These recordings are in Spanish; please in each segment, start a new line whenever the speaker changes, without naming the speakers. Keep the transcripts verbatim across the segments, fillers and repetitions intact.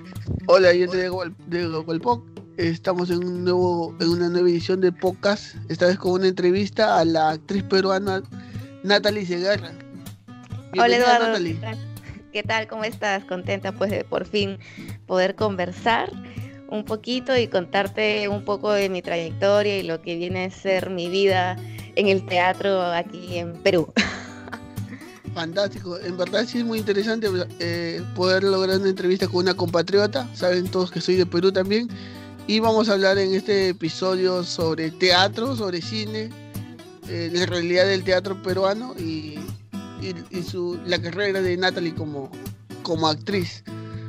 Hola, yo te digo de Golpok. Estamos en un nuevo, en una nueva edición de podcast, esta vez con una entrevista a la actriz peruana Natalie Segarra.
Hola
Bienvenida,
Eduardo, ¿qué
Natalie.
tal? ¿Qué tal? ¿Cómo estás? Contenta pues de por fin poder conversar un poquito y contarte un poco de mi trayectoria y lo que viene a ser mi vida en el teatro aquí en Perú.
Fantástico, en verdad sí es muy interesante eh, poder lograr una entrevista con una compatriota. Saben todos que soy de Perú también. Y vamos a hablar en este episodio sobre teatro, sobre cine, eh, la realidad del teatro peruano y, y, y su, la carrera de Natalie como, como actriz.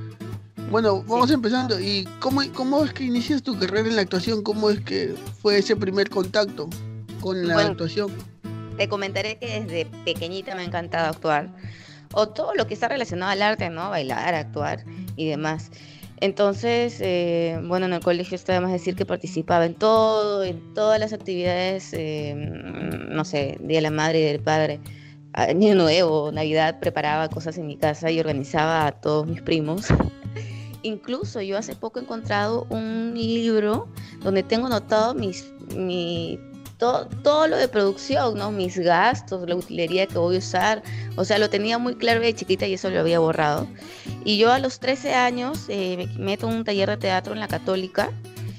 Bueno,
Sí.
vamos empezando. ¿Y cómo, cómo es que inicias tu carrera en la actuación? ¿Cómo es que fue ese primer contacto con la
Bueno,
actuación?
te comentaré que desde pequeñita me ha encantado actuar, o todo lo que está relacionado al arte, ¿no? Bailar, actuar y demás. Entonces, eh, bueno, en el colegio está de más decir que participaba en todo, en todas las actividades, eh, no sé, Día de la Madre y del Padre, Año Nuevo, Navidad, preparaba cosas en mi casa y organizaba a todos mis primos. Incluso yo hace poco he encontrado un libro donde tengo anotado mis, mi, todo, todo lo de producción, ¿no? Mis gastos, la utilería que voy a usar. O sea, lo tenía muy claro de chiquita y eso lo había borrado. Y yo a los trece años eh, me meto en un taller de teatro en la Católica.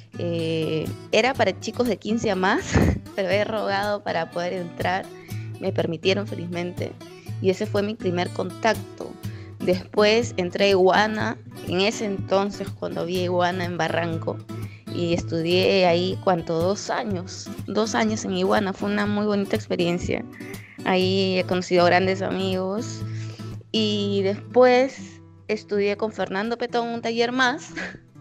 Eh, era para chicos de quince a más, pero he rogado para poder entrar. Me permitieron felizmente. Y ese fue mi primer contacto. Después entré a Iguana, en ese entonces cuando vi a Iguana en Barranco, y estudié ahí, ¿cuánto? Dos años, dos años en Iguana, fue una muy bonita experiencia. Ahí he conocido grandes amigos y después estudié con Fernando Petón un taller más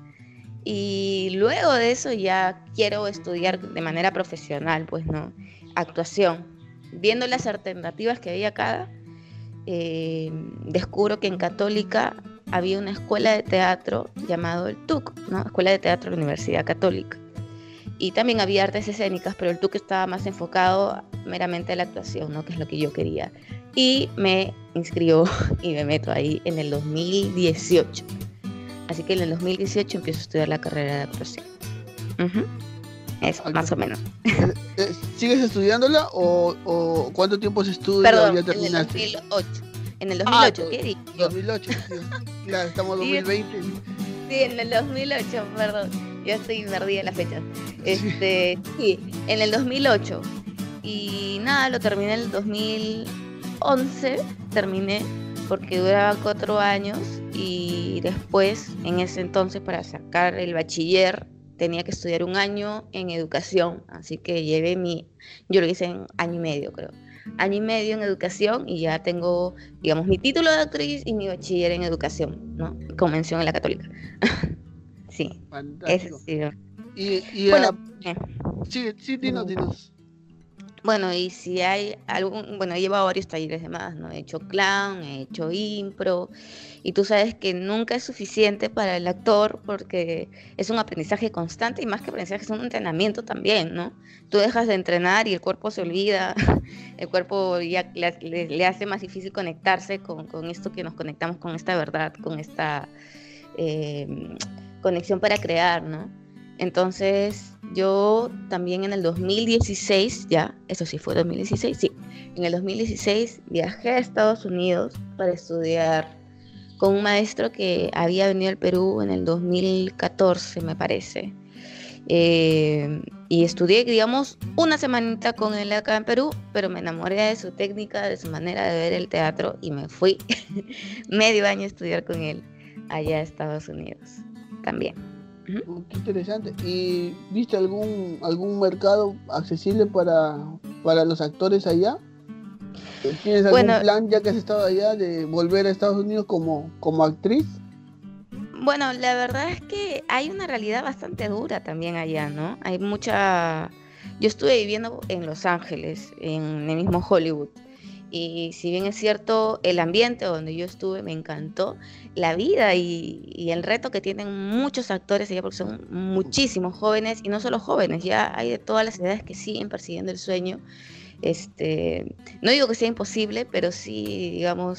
y luego de eso ya quiero estudiar de manera profesional, pues no, actuación, viendo las alternativas que había acá. Eh, descubro que en Católica había una escuela de teatro llamado el T U C, ¿no? Escuela de Teatro de la Universidad Católica. Y también había artes escénicas, pero el T U C estaba más enfocado meramente a la actuación, ¿no? Que es lo que yo quería. Y me inscribo y me meto ahí en el dos mil dieciocho. Así que en el dos mil dieciocho empiezo a estudiar la carrera de actuación. Uh-huh. Eso, más o menos.
Eh, eh, ¿Sigues estudiándola o, o cuánto tiempo se estudia o
Perdón,
ya
en el
terminaste?
dos mil ocho. En el
Ah,
dos mil ocho,
to-
¿qué dije yo?
dos mil ocho, sí. Claro, estamos en
Sí,
dos mil veinte.
sí, en el dos mil ocho, perdón. Yo estoy perdida en las fechas.
Sí.
Este, sí, en el dos mil ocho. Y nada, lo terminé en el dos mil once, terminé porque duraba cuatro años y después, en ese entonces, para sacar el bachiller, tenía que estudiar un año en educación, así que llevé mi, yo lo hice en año y medio, creo, año y medio en educación y ya tengo, digamos, mi título de actriz y mi bachiller en educación, ¿no? Con mención en la Católica. Sí, ese ha
Fantástico.
sido.
Y, y
Bueno,
ah,
eh,
sí, sí, dinos,
dime.
dinos.
Bueno, y si hay algún, bueno, he llevado varios talleres de más, ¿no? He hecho clown, he hecho impro, y tú sabes que nunca es suficiente para el actor porque es un aprendizaje constante y más que aprendizaje es un entrenamiento también, ¿no? Tú dejas de entrenar y el cuerpo se olvida, el cuerpo ya le, le- le hace más difícil conectarse con, con esto que nos conectamos con esta verdad, con esta eh, conexión para crear, ¿no? Entonces, yo también en el dos mil dieciséis, ya, eso sí fue dos mil dieciséis, sí, en el dos mil dieciséis viajé a Estados Unidos para estudiar con un maestro que había venido al Perú en el dos mil catorce, me parece. Eh, y estudié, digamos, una semanita con él acá en Perú, pero me enamoré de su técnica, de su manera de ver el teatro y me fui medio año a estudiar con él allá a Estados Unidos también. Uh-huh.
Uh, qué interesante. ¿Y viste algún algún mercado accesible para, para los actores allá? Eh, ¿Tienes algún
Bueno,
plan, ya que has estado allá, de volver a Estados Unidos como, como actriz?
bueno, la verdad es que hay una realidad bastante dura también allá, ¿no? Hay mucha... Yo estuve viviendo en Los Ángeles, en el mismo Hollywood, y si bien es cierto, el ambiente donde yo estuve me encantó, la vida y, y el reto que tienen muchos actores allá, porque son muchísimos jóvenes, y no solo jóvenes, ya hay de todas las edades que siguen persiguiendo el sueño. Este, no digo que sea imposible, pero sí, digamos,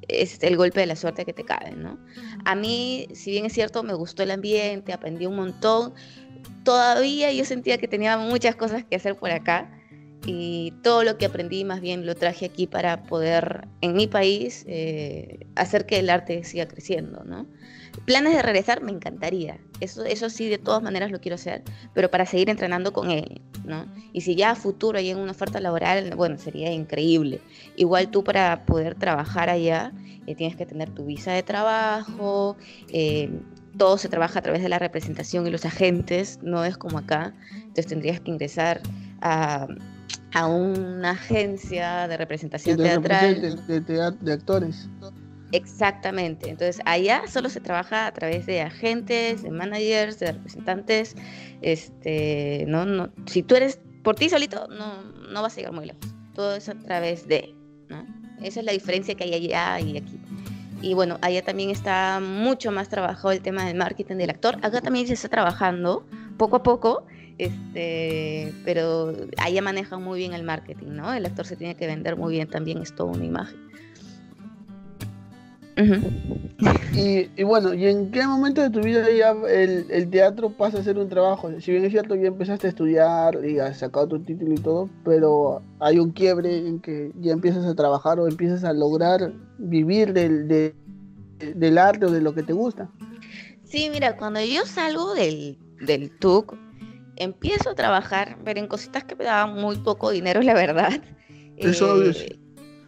es el golpe de la suerte que te cae, ¿no? A mí, si bien es cierto, me gustó el ambiente, aprendí un montón, todavía yo sentía que tenía muchas cosas que hacer por acá, y todo lo que aprendí más bien lo traje aquí para poder, en mi país, eh, hacer que el arte siga creciendo, ¿no? Planes de regresar, me encantaría, eso, eso sí, de todas maneras lo quiero hacer, pero para seguir entrenando con él, ¿no? Y si ya a futuro hay una oferta laboral, bueno, sería increíble. Igual tú, para poder trabajar allá, eh, tienes que tener tu visa de trabajo, eh, todo se trabaja a través de la representación y los agentes, no es como acá, entonces tendrías que ingresar a, a una agencia de representación
de
teatral.
De, de, de actores.
Exactamente, entonces allá solo se trabaja a través de agentes, de managers, de representantes, este, no, no, si tú eres por ti solito, no, no vas a llegar muy lejos, todo es a través de, ¿no? Esa es la diferencia que hay allá y aquí. Y bueno, allá también está mucho más trabajado el tema del marketing del actor, acá también se está trabajando poco a poco, este, pero allá manejan muy bien el marketing, ¿no? El actor se tiene que vender muy bien, también es toda una imagen. Uh-huh.
Y, y bueno, ¿y en qué momento de tu vida ya el, el teatro pasa a ser un trabajo? Si bien es cierto, ya empezaste a estudiar y has sacado tu título y todo, pero hay un quiebre en que ya empiezas a trabajar o empiezas a lograr vivir del, de, del arte o de lo que te gusta.
Sí, mira, cuando yo salgo del, del T U C, empiezo a trabajar, pero en cositas que me daban muy poco dinero, la verdad.
Es eh, obvio. Sí.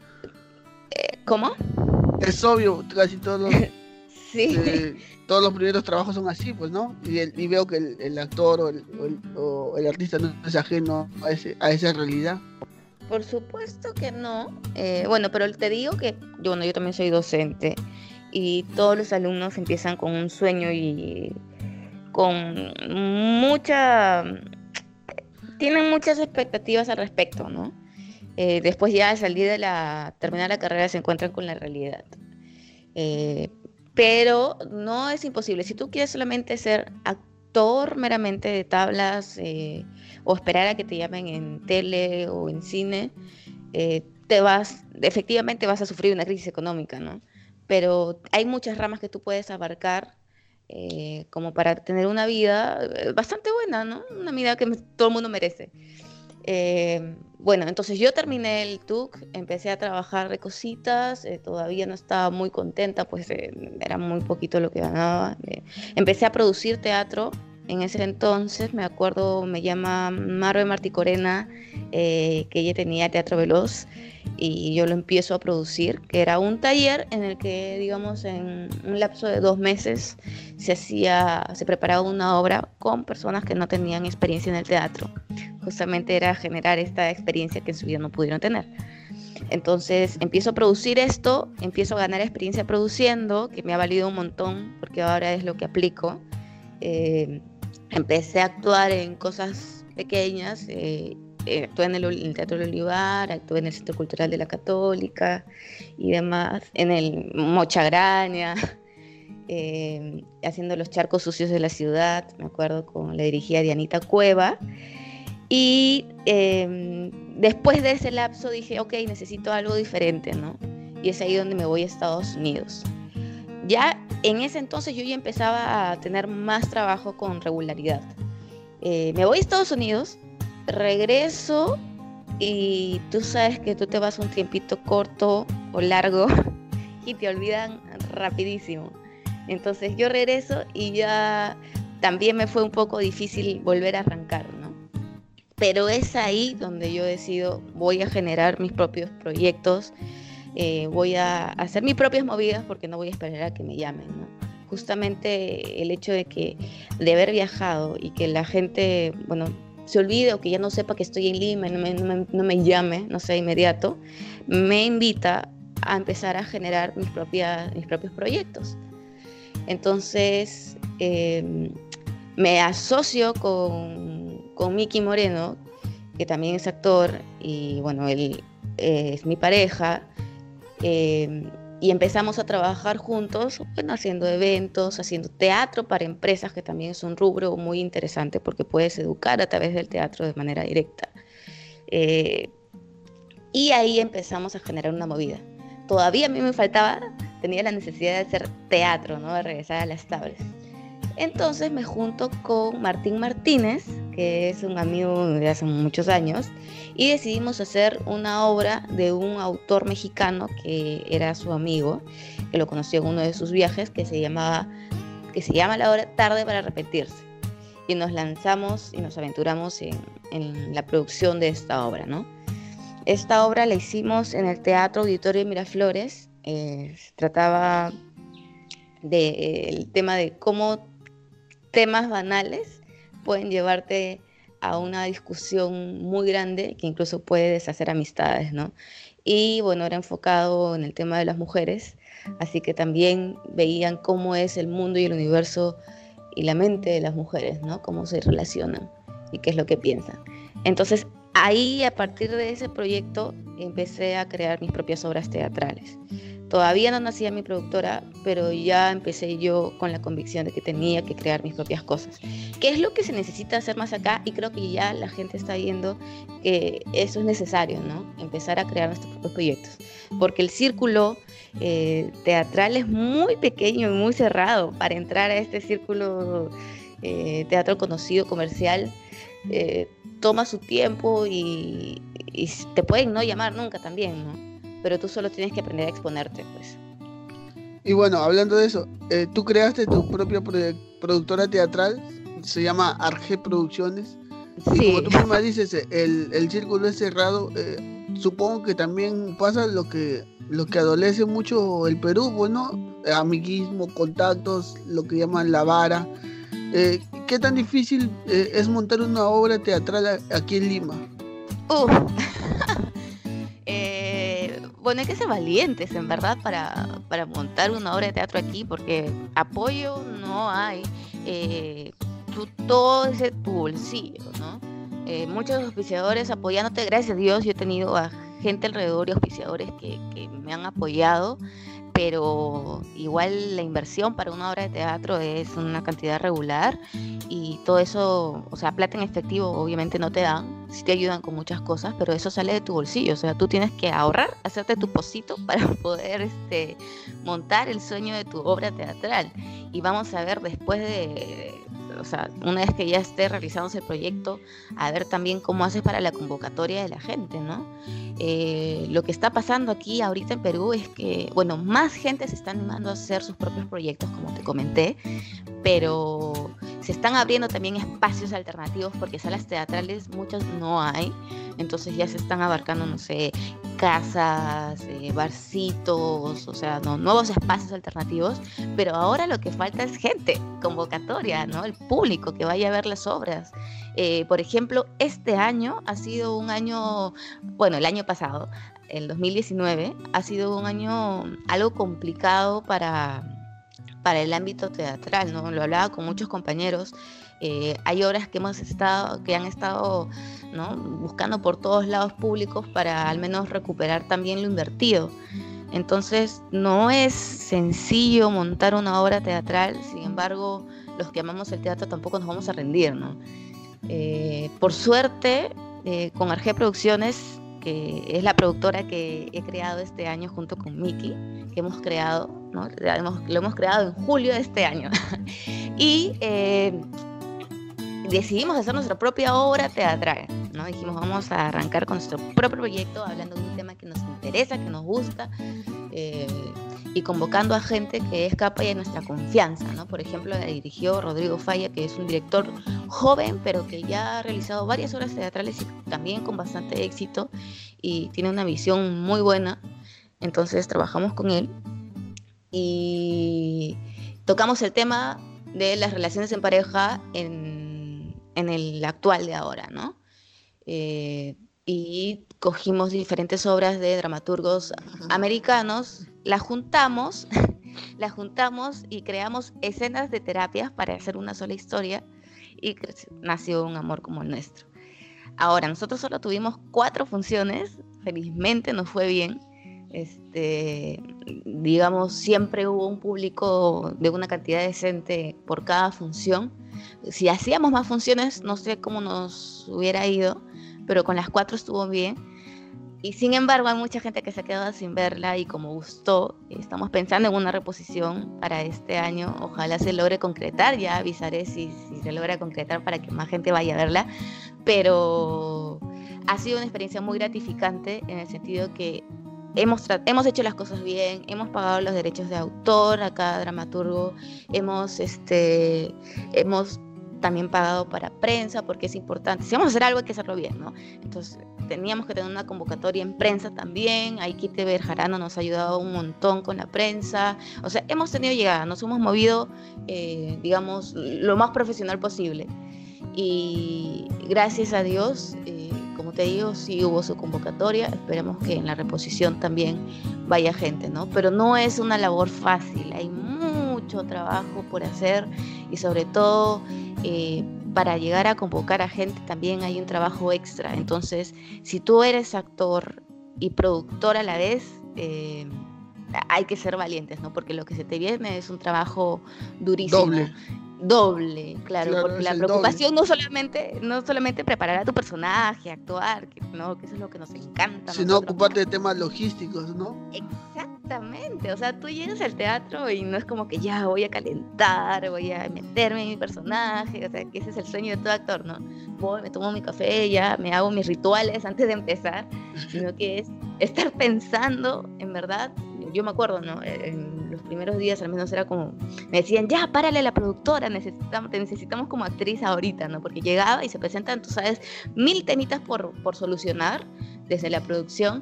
Eh, ¿Cómo?
Es obvio, casi todos los,
sí.
eh, todos los primeros trabajos son así, pues, ¿no? Y, el, y veo que el, el actor o el, o, el, o el artista no es ajeno a, ese, a esa realidad.
Por supuesto que no. Eh, bueno, pero te digo que yo, bueno, yo también soy docente y todos los alumnos empiezan con un sueño y con mucha... tienen muchas expectativas al respecto, ¿no? Eh, después ya al salir de la, terminar la carrera se encuentran con la realidad. Eh, pero no es imposible. Si tú quieres solamente ser actor meramente de tablas eh, o esperar a que te llamen en tele o en cine, eh, te vas, efectivamente vas a sufrir una crisis económica, ¿no? Pero hay muchas ramas que tú puedes abarcar eh, como para tener una vida bastante buena, ¿no? Una vida que todo el mundo merece. Eh, bueno, entonces yo terminé el T U C, empecé a trabajar de cositas, eh, todavía no estaba muy contenta, pues eh, era muy poquito lo que ganaba. Eh, empecé a producir teatro, en ese entonces me acuerdo, me llama Marve Marticorena, eh, que ella tenía Teatro Veloz, y yo lo empiezo a producir, que era un taller en el que, digamos, en un lapso de dos meses se hacía, se preparaba una obra con personas que no tenían experiencia en el teatro. Justamente era generar esta experiencia que en su vida no pudieron tener. Entonces empiezo a producir esto, empiezo a ganar experiencia produciendo, que me ha valido un montón, porque ahora es lo que aplico. Eh, empecé a actuar en cosas pequeñas, eh, eh, actué en el, en el Teatro del Olivar, actué en el Centro Cultural de la Católica y demás, en el Mochagraña, eh, haciendo los charcos sucios de la ciudad, me acuerdo, con la dirigía Dianita Cueva. Y eh, después de ese lapso dije, ok, necesito algo diferente, ¿no? Y es ahí donde me voy a Estados Unidos. Ya en ese entonces yo ya empezaba a tener más trabajo con regularidad. Eh, me voy a Estados Unidos, regreso y tú sabes que tú te vas un tiempito corto o largo y te olvidan rapidísimo. Entonces yo regreso y ya también me fue un poco difícil volver a arrancar, ¿no? Pero es ahí donde yo decido, voy a generar mis propios proyectos, eh, voy a hacer mis propias movidas porque no voy a esperar a que me llamen, ¿no? Justamente el hecho de que de haber viajado y que la gente, bueno, se olvide o que ya no sepa que estoy en Lima, no me, no me, no me llame, no sé, inmediato, me invita a empezar a generar mis, propias, mis propios proyectos. Entonces, eh, me asocio con, con Miki Moreno, que también es actor, y bueno, él eh, es mi pareja, eh, y empezamos a trabajar juntos, bueno, haciendo eventos, haciendo teatro para empresas, que también es un rubro muy interesante porque puedes educar a través del teatro de manera directa. Eh, y ahí empezamos a generar una movida. todavía a mí me faltaba, tenía la necesidad de hacer teatro, ¿no? De regresar a las tablas. Entonces me junto con Martín Martínez, que es un amigo de hace muchos años, y decidimos hacer una obra de un autor mexicano que era su amigo, que lo conoció en uno de sus viajes, que se llamaba, que se llama la obra Tarde para arrepentirse. Y nos lanzamos y nos aventuramos en, en la producción de esta obra, ¿no? Esta obra la hicimos en el Teatro Auditorio de Miraflores. Eh, trataba del eh, tema de cómo temas banales pueden llevarte a una discusión muy grande que incluso puede deshacer amistades, ¿no? Y bueno, era enfocado en el tema de las mujeres, así que también veían cómo es el mundo y el universo y la mente de las mujeres, ¿no? Cómo se relacionan y qué es lo que piensan. Entonces, ahí, a partir de ese proyecto, empecé a crear mis propias obras teatrales. Todavía no nacía mi productora, pero ya empecé yo con la convicción de que tenía que crear mis propias cosas. ¿Qué es lo que se necesita hacer más acá? Y creo que ya la gente está viendo que eso es necesario, ¿no? Empezar a crear nuestros propios proyectos. Porque el círculo eh, teatral es muy pequeño y muy cerrado. Para entrar a este círculo eh, teatro conocido, comercial, eh, toma su tiempo y, y te pueden no llamar nunca también, ¿no? Pero tú solo tienes que aprender a exponerte, pues.
Y bueno, hablando de eso, eh, tú creaste tu propia proye- productora teatral, se llama Arge Producciones.
Sí.
Y como tú misma dices, el, el círculo es cerrado. Eh, supongo que también pasa lo que, lo que adolece mucho el Perú, bueno, amiguismo, contactos, lo que llaman la vara. Eh, ¿Qué tan difícil eh, es montar una obra teatral a- aquí en Lima?
Uf. eh, bueno, hay que ser valientes, en verdad, para, para montar una obra de teatro aquí, porque apoyo no hay. Eh, tú, todo es de tu bolsillo, ¿no? Eh, muchos auspiciadores apoyándote, gracias a Dios, yo he tenido a gente alrededor y auspiciadores que, que me han apoyado, pero igual la inversión para una obra de teatro es una cantidad regular y todo eso, o sea, plata en efectivo obviamente no te dan, sí te ayudan con muchas cosas, pero eso sale de tu bolsillo, o sea, tú tienes que ahorrar, hacerte tu pocito para poder este, montar el sueño de tu obra teatral. Y vamos a ver después de, o sea, una vez que ya esté realizándose el proyecto, a ver también cómo haces para la convocatoria de la gente, ¿no? Eh, lo que está pasando aquí ahorita en Perú es que, bueno, más gente se está animando a hacer sus propios proyectos, como te comenté, pero se están abriendo también espacios alternativos porque salas teatrales muchas no hay, entonces ya se están abarcando, no sé, casas, eh, barcitos, o sea, no, nuevos espacios alternativos, pero ahora lo que falta es gente, convocatoria, ¿no? El público que vaya a ver las obras. Eh, por ejemplo, este año ha sido un año, bueno, el año pasado, el dos mil diecinueve, ha sido un año algo complicado para, para el ámbito teatral, ¿no? Lo hablaba con muchos compañeros. Eh, hay obras que hemos estado, que han estado, ¿no?, buscando por todos lados públicos para al menos recuperar también lo invertido. Entonces, no es sencillo montar una obra teatral, sin embargo, los que amamos el teatro tampoco nos vamos a rendir, ¿no? Eh, por suerte, eh, con Arge Producciones, que es la productora que he creado este año junto con Miki, que hemos creado, ¿no? Hemos, lo hemos creado en julio de este año. y eh, decidimos hacer nuestra propia obra teatral, ¿no? Dijimos, vamos a arrancar con nuestro propio proyecto, hablando de un tema que nos interesa, que nos gusta, eh, y convocando a gente que es capa de nuestra confianza, ¿no? Por ejemplo, la dirigió Rodrigo Falla, que es un director joven, pero que ya ha realizado varias obras teatrales y también con bastante éxito, y tiene una visión muy buena. Entonces trabajamos con él y tocamos el tema de las relaciones en pareja en, en el actual de ahora, ¿no? Eh, y cogimos diferentes obras de dramaturgos americanos, las juntamos, las juntamos y creamos escenas de terapias para hacer una sola historia y nació Un amor como el nuestro. Ahora, nosotros solo tuvimos cuatro funciones, felizmente nos fue bien. Este, digamos, siempre hubo un público de una cantidad decente por cada función. Si hacíamos más funciones, no sé cómo nos hubiera ido, pero con las cuatro estuvo bien. y sin embargo hay mucha gente que se ha quedado sin verla y como gustó, estamos pensando en una reposición para este año. Ojalá se logre concretar, ya avisaré si, si se logra concretar para que más gente vaya a verla, pero ha sido una experiencia muy gratificante en el sentido que hemos, hemos hecho las cosas bien, hemos pagado los derechos de autor a cada dramaturgo, hemos, este, hemos también pagado para prensa, porque es importante. Si vamos a hacer algo hay que hacerlo bien, ¿no? Entonces teníamos que tener una convocatoria en prensa también. Ahí Kite Berjarano nos ha ayudado un montón con la prensa. O sea, hemos tenido llegada, nos hemos movido, eh, digamos, lo más profesional posible. Y gracias a Dios, eh, como te digo, sí hubo su convocatoria. Esperemos que en la reposición también vaya gente, ¿no? Pero no es una labor fácil, hay mucho trabajo por hacer y sobre todo eh, para llegar a convocar a gente también hay un trabajo extra. Entonces, si tú eres actor y productor a la vez, eh, hay que ser valientes, ¿no? Porque lo que se te viene es un trabajo durísimo.
Doble.
Doble, claro,
Claro,
porque
es
la
el
preocupación no solamente, no solamente preparar a tu personaje, actuar, que, ¿no? Que eso es lo que nos encanta.
Sino
nosotros,
ocuparte
¿no?
de temas logísticos, ¿no?
Exactamente, o sea, tú llegas al teatro y no es como que ya voy a calentar, voy a meterme en mi personaje, o sea, que ese es el sueño de todo actor, ¿no? Voy, me tomo mi café, ya me hago mis rituales antes de empezar, sino que es estar pensando, en verdad. Yo me acuerdo, ¿no? En los primeros días al menos era como, me decían, ya, párale a la productora, necesitamos, te necesitamos como actriz ahorita, ¿no? Porque llegaba y se presentan, tú sabes, mil temitas por, por solucionar desde la producción.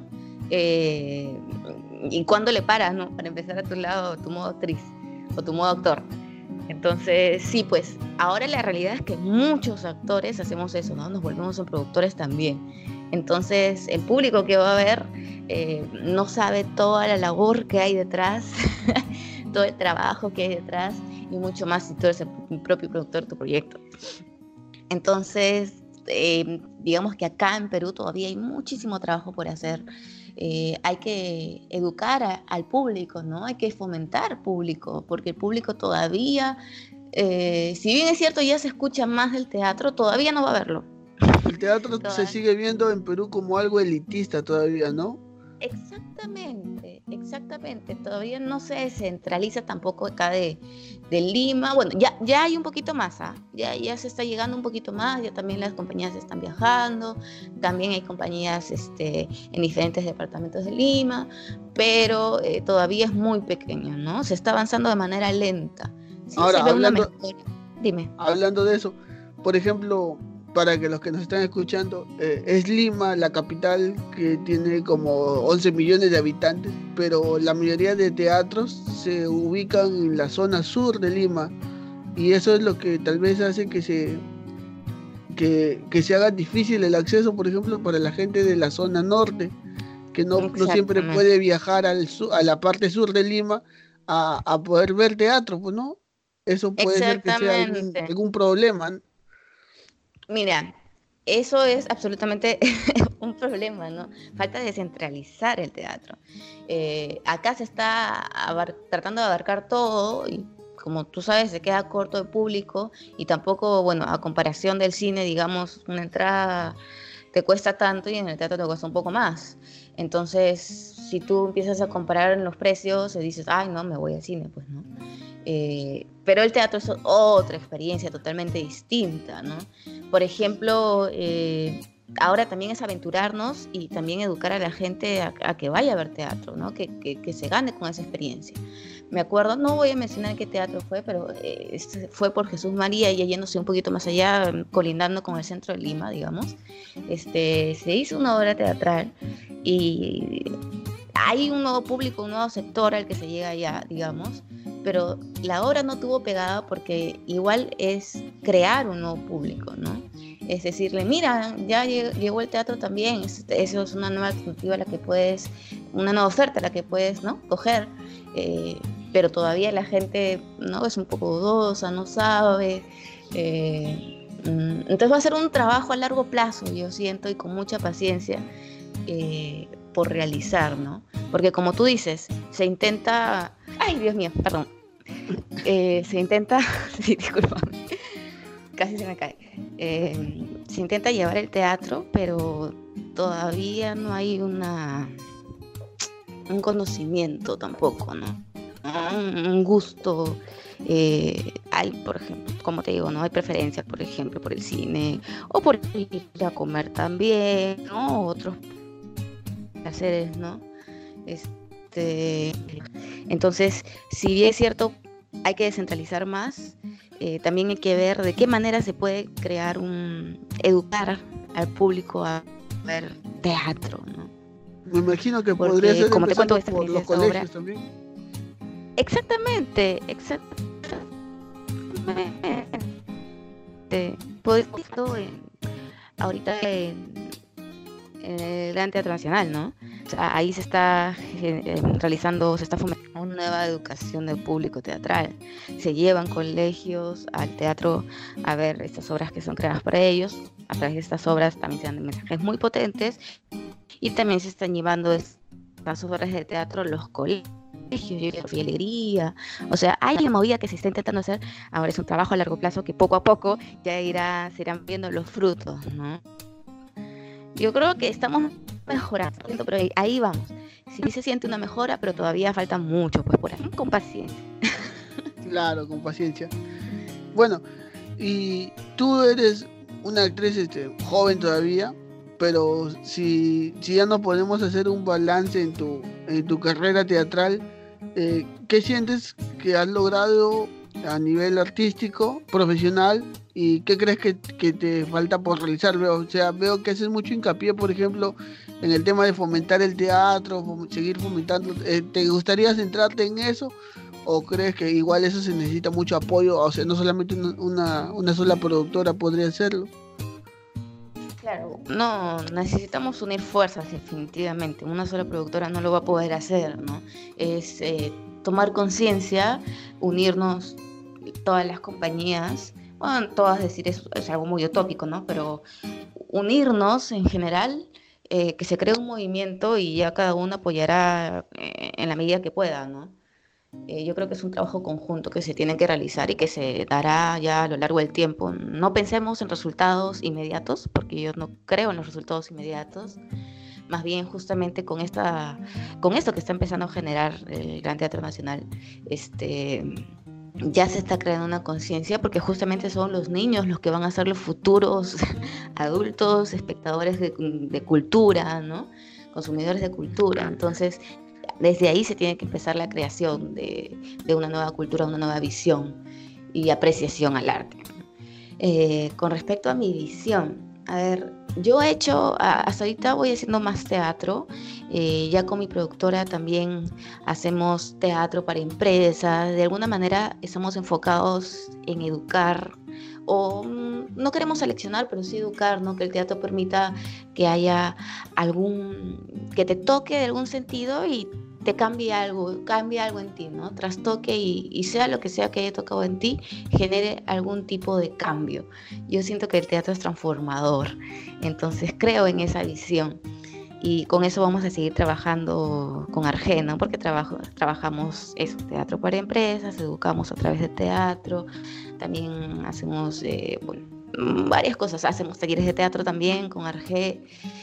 Eh, ¿Y cuándo le paras, no? Para empezar a tu lado, tu modo actriz o tu modo actor. Entonces, sí, pues, ahora la realidad es que muchos actores hacemos eso, ¿no? Nos volvemos en productores también. Entonces, el público que va a ver eh, no sabe toda la labor que hay detrás, todo el trabajo que hay detrás y mucho más si tú eres el propio productor de tu proyecto. Entonces, eh, digamos que acá en Perú todavía hay muchísimo trabajo por hacer. Eh, hay que educar a, al público, ¿no? Hay que fomentar público, porque el público todavía, eh, si bien es cierto ya se escucha más del teatro, todavía no va a verlo.
El teatro
Todavía.
Se sigue viendo en Perú como algo elitista todavía, ¿no?
Exactamente, exactamente. Todavía no se centraliza tampoco acá de, de Lima. Bueno, ya, ya hay un poquito más, ¿ah? ya, ya se está llegando un poquito más, ya también las compañías están viajando, también hay compañías este, en diferentes departamentos de Lima, pero eh, todavía es muy pequeño, ¿no? Se está avanzando de manera lenta. Sí,
Ahora,
se ve
hablando,
una mejora. Dime.
Hablando de eso, por ejemplo, para que los que nos están escuchando, eh, es Lima la capital que tiene como once millones de habitantes, pero la mayoría de teatros se ubican en la zona sur de Lima y eso es lo que tal vez hace que se que, que se haga difícil el acceso, por ejemplo, para la gente de la zona norte, que no, no siempre puede viajar al sur, a la parte sur de Lima a, a poder ver teatro, pues, ¿no? Eso puede ser que sea algún, algún problema, ¿no?
Mira, eso es absolutamente un problema, ¿no? Falta descentralizar el teatro. Eh, acá se está abar- tratando de abarcar todo y como tú sabes se queda corto de público y tampoco, bueno, a comparación del cine, digamos, una entrada te cuesta tanto y en el teatro te cuesta un poco más. Entonces, si tú empiezas a comparar en los precios y dices, ay, no, me voy al cine, pues, ¿no? Eh, pero el teatro es otra experiencia totalmente distinta, ¿no? Por ejemplo, eh, ahora también es aventurarnos y también educar a la gente a, a que vaya a ver teatro, ¿no? Que, que, que se gane con esa experiencia. Me acuerdo, no voy a mencionar qué teatro fue, pero eh, fue por Jesús María y yéndose un poquito más allá, colindando con el centro de Lima, digamos. Este, se hizo una obra teatral y hay un nuevo público, un nuevo sector al que se llega allá, digamos, pero la obra no tuvo pegada porque igual es crear un nuevo público, ¿no? Es decirle, mira, ya llegó el teatro también, eso es una nueva alternativa a la que puedes, una nueva oferta a la que puedes, ¿no? Coger, eh, pero todavía la gente, ¿no? Es un poco dudosa, no sabe, eh, entonces va a ser un trabajo a largo plazo, yo siento, y con mucha paciencia, eh, por realizar, ¿no? Porque como tú dices, se intenta, ay, Dios mío, perdón, eh, se intenta, sí, discúlpame, casi se me cae, eh, se intenta llevar el teatro, pero todavía no hay una un conocimiento tampoco, ¿no? Un, un gusto. Eh, hay, por ejemplo, como te digo, no hay preferencias, por ejemplo, por el cine o por ir a comer también, ¿no? Otros placeres, ¿no? Este, entonces, si bien es cierto, hay que descentralizar más, eh, también hay que ver de qué manera se puede crear un, educar al público a ver teatro, ¿no?
Me imagino que
Porque,
podría ser
como te cuento,
empezando
esta
por los
esta
colegios
obra,
también.
exactamente, exactamente, pues esto en- ahorita en, en el Gran Teatro Nacional, ¿no? O sea, ahí se está eh, eh, realizando, se está fomentando una nueva educación del público teatral. Se llevan colegios al teatro a ver estas obras que son creadas para ellos. A través de estas obras también se dan mensajes muy potentes y también se están llevando estas obras de teatro a los colegios. Sofía Alegría, o sea, hay una movida que se está intentando hacer. Ahora es un trabajo a largo plazo que poco a poco ya irá, se irán viendo los frutos, ¿no? Yo creo que estamos mejorando, pero ahí, ahí vamos. Sí se siente una mejora, pero todavía falta mucho, pues por ahí, con paciencia.
Claro, con paciencia. Bueno, y tú eres una actriz este, joven todavía, pero si, si ya no podemos hacer un balance en tu, en tu carrera teatral, eh, ¿qué sientes que has logrado a nivel artístico, profesional, y qué crees que, que te falta por realizar? Veo, o sea, veo que haces mucho hincapié, por ejemplo, en el tema de fomentar el teatro, fom- seguir fomentando. Eh, ¿te gustaría centrarte en eso? ¿O crees que igual eso se necesita mucho apoyo? O sea, no solamente una, una, una sola productora podría hacerlo.
Claro, no, necesitamos unir fuerzas definitivamente. Una sola productora no lo va a poder hacer, ¿no? Es eh, tomar conciencia, unirnos todas las compañías, bueno, todas decir es, es algo muy utópico, ¿no? Pero unirnos en general, eh, que se cree un movimiento y ya cada uno apoyará eh, en la medida que pueda, ¿no? Eh, yo creo que es un trabajo conjunto que se tiene que realizar y que se dará ya a lo largo del tiempo. No pensemos en resultados inmediatos, porque yo no creo en los resultados inmediatos. Más bien justamente con esta, con esto que está empezando a generar el Gran Teatro Nacional, este, ya se está creando una conciencia, porque justamente son los niños los que van a ser los futuros adultos, espectadores de, de cultura, ¿no? Consumidores de cultura. Entonces, desde ahí se tiene que empezar la creación de, de una nueva cultura, una nueva visión y apreciación al arte. Eh, con respecto a mi visión, a ver, yo he hecho, hasta ahorita voy haciendo más teatro, eh, ya con mi productora también hacemos teatro para empresas, de alguna manera estamos enfocados en educar, o mm, no queremos seleccionar, pero sí educar, ¿no? Que el teatro permita que haya algún, que te toque de algún sentido y te cambie algo, cambie algo en ti, ¿no? Trastoque y, y sea lo que sea que haya tocado en ti, genere algún tipo de cambio. Yo siento que el teatro es transformador, entonces creo en esa visión. Y con eso vamos a seguir trabajando con Arge, ¿no? Porque trabajo, trabajamos eso, teatro para empresas, educamos a través de teatro, también hacemos eh, bueno, varias cosas, hacemos talleres de teatro también con Arge,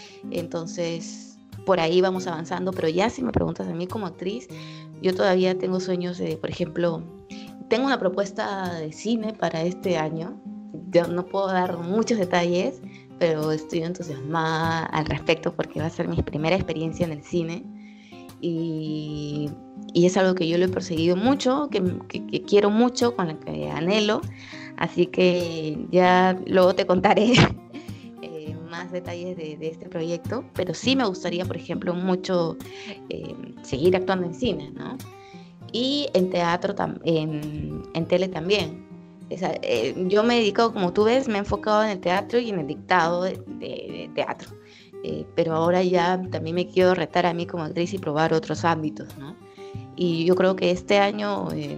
entonces por ahí vamos avanzando, pero ya si me preguntas a mí como actriz, yo todavía tengo sueños de, por ejemplo, tengo una propuesta de cine para este año, yo no puedo dar muchos detalles, pero estoy entusiasmada al respecto porque va a ser mi primera experiencia en el cine y, y es algo que yo lo he perseguido mucho, que, que, que quiero mucho, con lo que anhelo, así que ya luego te contaré eh, más detalles de, de este proyecto, pero sí me gustaría, por ejemplo, mucho eh, seguir actuando en cine, ¿no? Y en teatro, tam- en, en tele también. O sea, eh, yo me he dedicado, como tú ves, me he enfocado en el teatro y en el dictado de, de, de teatro. Eh, pero ahora ya también me quiero retar a mí como actriz y probar otros ámbitos, ¿no? Y yo creo que este año eh,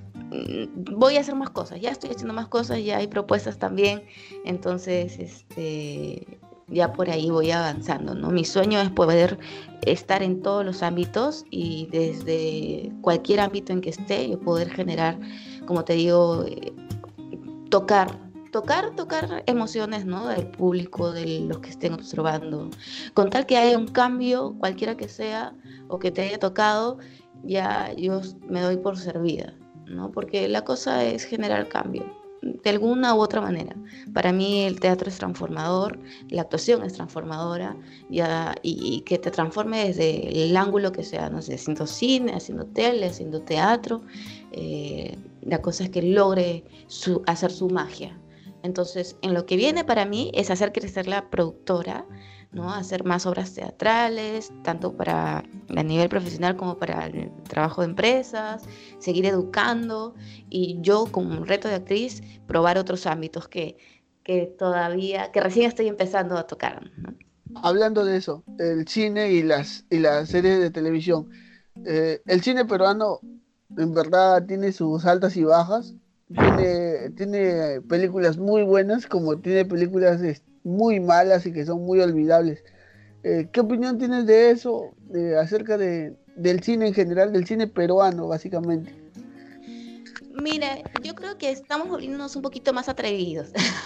voy a hacer más cosas, ya estoy haciendo más cosas, ya hay propuestas también, entonces este, ya por ahí voy avanzando, ¿no? Mi sueño es poder estar en todos los ámbitos y desde cualquier ámbito en que esté, yo poder generar, como te digo, eh, tocar tocar, tocar emociones, ¿no? Del público, de los que estén observando. Con tal que haya un cambio, cualquiera que sea, o que te haya tocado, ya yo me doy por servida, ¿no? Porque la cosa es generar cambio, de alguna u otra manera. Para mí el teatro es transformador, la actuación es transformadora, ya, y, y que te transforme desde el ángulo que sea, no sé, haciendo cine, haciendo tele, haciendo teatro. Eh, la cosa es que logre su, hacer su magia. Entonces, en lo que viene para mí es hacer crecer la productora, ¿no? Hacer más obras teatrales, tanto para a nivel profesional como para el trabajo de empresas, seguir educando, y yo como un reto de actriz probar otros ámbitos que, que todavía, que recién estoy empezando a tocar, ¿no?
Hablando de eso, el cine y las, y las series de televisión, eh, el cine peruano en verdad tiene sus altas y bajas, tiene, tiene películas muy buenas como tiene películas es, muy malas y que son muy olvidables. Eh, ¿qué opinión tienes de eso, de, acerca de, del cine en general, del cine peruano básicamente?
Mira, yo creo que estamos volviéndonos un poquito más atrevidos.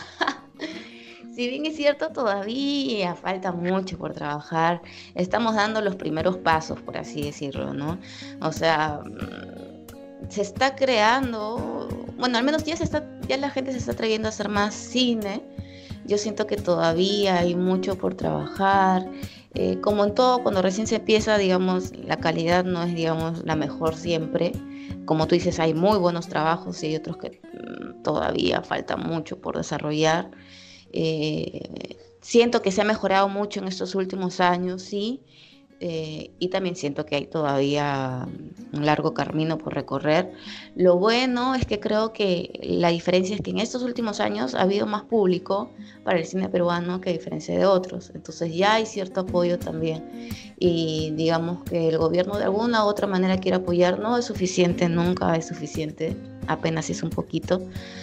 Si bien es cierto, todavía falta mucho por trabajar, estamos dando los primeros pasos, por así decirlo, ¿no? O sea, se está creando, bueno, al menos ya se está, ya la gente se está atreviendo a hacer más cine. Yo siento que todavía hay mucho por trabajar. Eh, como en todo, cuando recién se empieza, digamos, la calidad no es, digamos, la mejor siempre. Como tú dices, hay muy buenos trabajos y hay otros que mm, todavía falta mucho por desarrollar. Eh, siento que se ha mejorado mucho en estos últimos años, sí, eh, y también siento que hay todavía un largo camino por recorrer. Lo bueno es que creo que la diferencia es que en estos últimos años ha habido más público para el cine peruano que a diferencia de otros, entonces ya hay cierto apoyo también, y digamos que el gobierno de alguna u otra manera quiere apoyar. No es suficiente, nunca es suficiente, apenas es un poquito,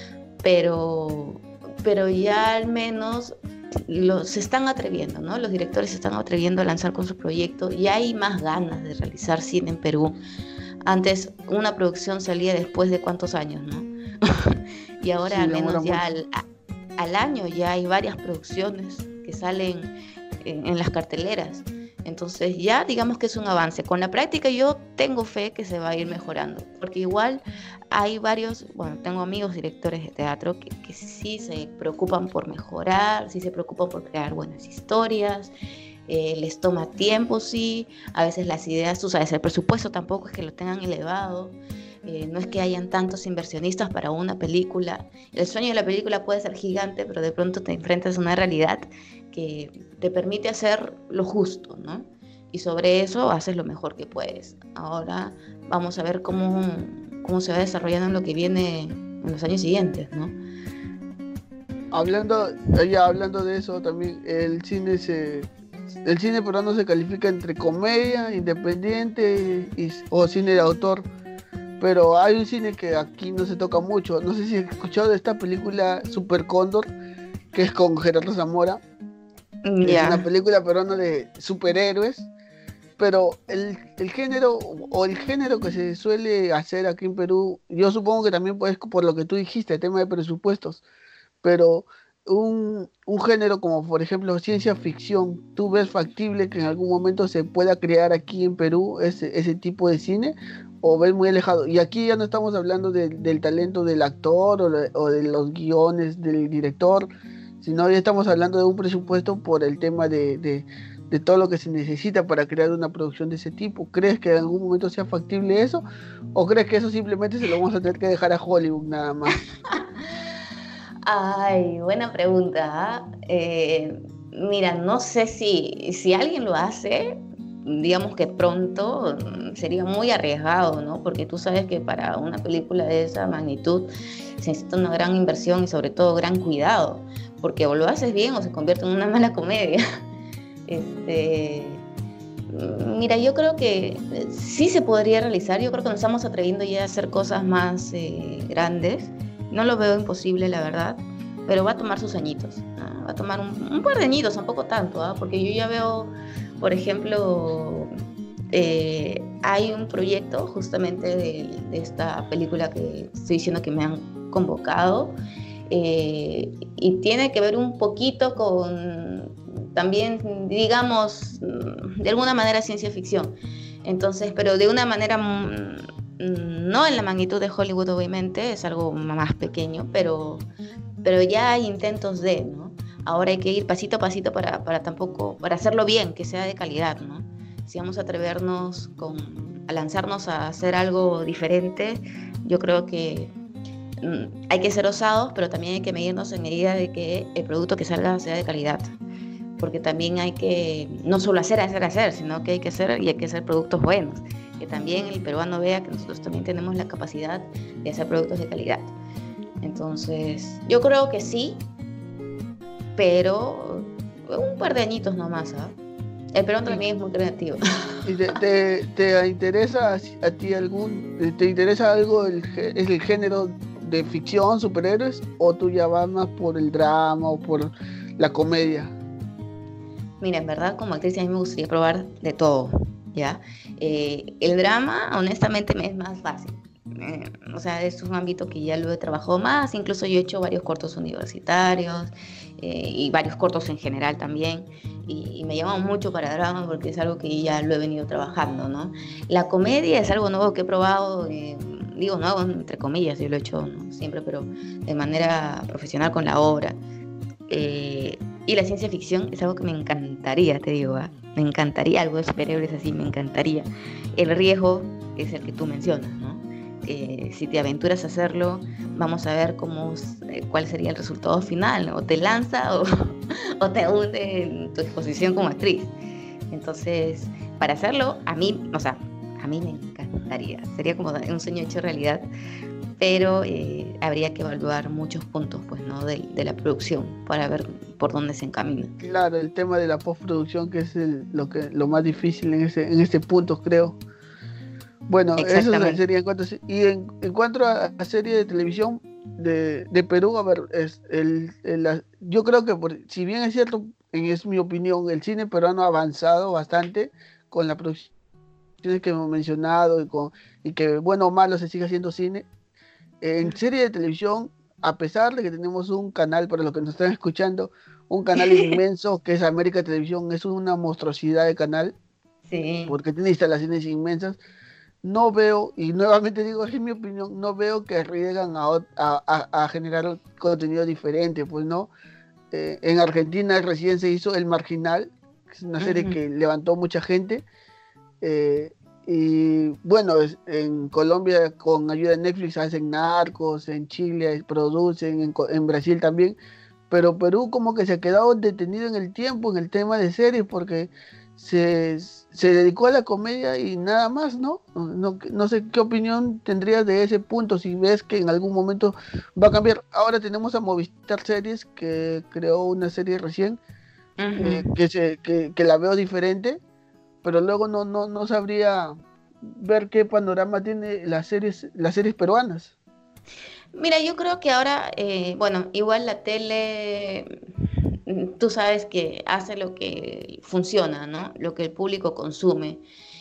pero pero ya al menos los, se están atreviendo, ¿no? Los directores se están atreviendo a lanzar con su proyecto, y hay más ganas de realizar cine en Perú. Antes una producción salía después de cuántos años, ¿no? Y ahora
Sí,
al
demora
menos ya
mucho.
al, a, al año ya hay varias producciones que salen en, en las carteleras. Entonces ya digamos que es un avance. Con la práctica yo tengo fe que se va a ir mejorando, porque igual hay varios, bueno, tengo amigos directores de teatro que, que sí se preocupan por mejorar, sí se preocupan por crear buenas historias, eh, les toma tiempo, sí, a veces las ideas, tú sabes, el presupuesto tampoco es que lo tengan elevado, eh, no es que hayan tantos inversionistas para una película. El sueño de la película puede ser gigante, pero de pronto te enfrentas a una realidad que te permite hacer lo justo, ¿no? Y sobre eso haces lo mejor que puedes. Ahora vamos a ver cómo, cómo se va desarrollando en lo que viene en los años siguientes, ¿no?
Hablando, ya hablando de eso también, el cine se, el cine peruano se califica entre comedia, independiente y, o cine de autor, pero hay un cine que aquí no se toca mucho. No sé si has escuchado de esta película Super Cóndor, que es con Gerardo Zamora. Es una
Ya.
película peruana de superhéroes, pero el, el género o el género que se suele hacer aquí en Perú, yo supongo que también pues por lo que tú dijiste, el tema de presupuestos, pero un, un género como por ejemplo ciencia ficción, ¿tú ves factible que en algún momento se pueda crear aquí en Perú ese, ese tipo de cine? ¿O ves muy alejado? Y aquí ya no estamos hablando de- del talento del actor o, de o de los guiones del director, sino ya estamos hablando de un presupuesto por el tema de, de, de todo lo que se necesita para crear una producción de ese tipo. ¿Crees que en algún momento sea factible eso? ¿O crees que eso simplemente se lo vamos a tener que dejar a Hollywood nada más?
Ay, buena pregunta. ¿Ah? Eh, mira, no sé si, si alguien lo hace, digamos que pronto, mm, sería muy arriesgado, ¿no? Porque tú sabes que para una película de esa magnitud se necesita una gran inversión y sobre todo gran cuidado, porque o lo haces bien o se convierte en una mala comedia. Este, mira, yo creo que eh, sí se podría realizar. Yo creo que nos estamos atreviendo ya a hacer cosas más eh, grandes. No lo veo imposible, la verdad, pero va a tomar sus añitos, ¿no? Va a tomar un, un par de añitos, tampoco tanto, ¿ah? Porque yo ya veo, por ejemplo, eh, hay un proyecto justamente de, de esta película que estoy diciendo que me han convocado. eh, y tiene que ver un poquito con también, digamos, de alguna manera ciencia ficción. Entonces, pero de una manera mm, no en la magnitud de Hollywood, obviamente, es algo más pequeño, pero, pero ya hay intentos de, ¿no? Ahora hay que ir pasito a pasito para, para tampoco, para hacerlo bien, que sea de calidad, ¿no? Si vamos a atrevernos con, a lanzarnos a hacer algo diferente, yo creo que mm, hay que ser osados, pero también hay que medirnos en medida de que el producto que salga sea de calidad. Porque también hay que no solo hacer, hacer, hacer, sino que hay que hacer y hay que hacer productos buenos. Que también el peruano vea que nosotros también tenemos la capacidad de hacer productos de calidad. Entonces, yo creo que sí, pero un par de añitos nomás, ¿ah? ¿eh? El peruano también es muy creativo.
¿Y te, te, te interesa a ti algún, te interesa algo, el, es el género de ficción, superhéroes, o tú ya vas más por el drama o por la comedia?
Mira, en verdad, como actriz a mí me gustaría probar de todo, ¿ya? Eh, el drama, honestamente, me es más fácil. Eh, o sea, es un ámbito que ya lo he trabajado más, incluso yo he hecho varios cortos universitarios eh, y varios cortos en general también, y, y me llama mucho para drama porque es algo que ya lo he venido trabajando, ¿no? La comedia es algo nuevo que he probado, eh, digo nuevo entre comillas, yo lo he hecho, ¿no? Siempre, pero de manera profesional con la obra. Eh, y la ciencia ficción es algo que me encantaría, te digo, ¿eh? Me encantaría, algo de superhéroes así, me encantaría. El riesgo es el que tú mencionas, ¿no? Eh, si te aventuras a hacerlo, vamos a ver cómo, eh, cuál sería el resultado final, ¿no? O te lanza o, o te hunde en tu exposición como actriz. Entonces, para hacerlo, a mí, o sea, a mí me encantaría. Sería como un sueño hecho realidad, pero eh, habría que evaluar muchos puntos, pues, ¿no? de, de la producción para ver por dónde se encamina.
Claro, el tema de la postproducción, que es el, lo que lo más difícil en ese en este punto, creo. Bueno, eso sería en cuanto a, y en, en cuanto a, a serie de televisión de, de Perú, a ver, es el, el la, yo creo que por, si bien es cierto, en, es mi opinión, el cine peruano ha avanzado bastante con las producciones que hemos mencionado y, con, y que bueno o malo se sigue haciendo cine. En serie de televisión, a pesar de que tenemos un canal, para los que nos están escuchando, un canal inmenso que es América Televisión, es una monstruosidad de canal,
sí.
Porque tiene instalaciones inmensas. No veo, y nuevamente digo, es mi opinión, no veo que arriesgan a, a, a, a generar contenido diferente, pues no. Eh, en Argentina recién se hizo El Marginal, que es una serie uh-huh. que levantó mucha gente. Eh, y bueno, en Colombia con ayuda de Netflix hacen Narcos, en Chile producen, en, en Brasil también, pero Perú como que se ha quedado detenido en el tiempo, en el tema de series, porque se, se dedicó a la comedia y nada más, ¿no? No, no sé qué opinión tendrías de ese punto, si ves que en algún momento va a cambiar. Ahora tenemos a Movistar Series, que creó una serie recién, uh-huh. eh, que, se, que, que la veo diferente, pero luego no, no, no sabría ver qué panorama tiene las series, las series peruanas.
Mira, yo creo que ahora, eh, bueno, igual la tele, tú sabes que hace lo que funciona, ¿no? Lo que el público consume.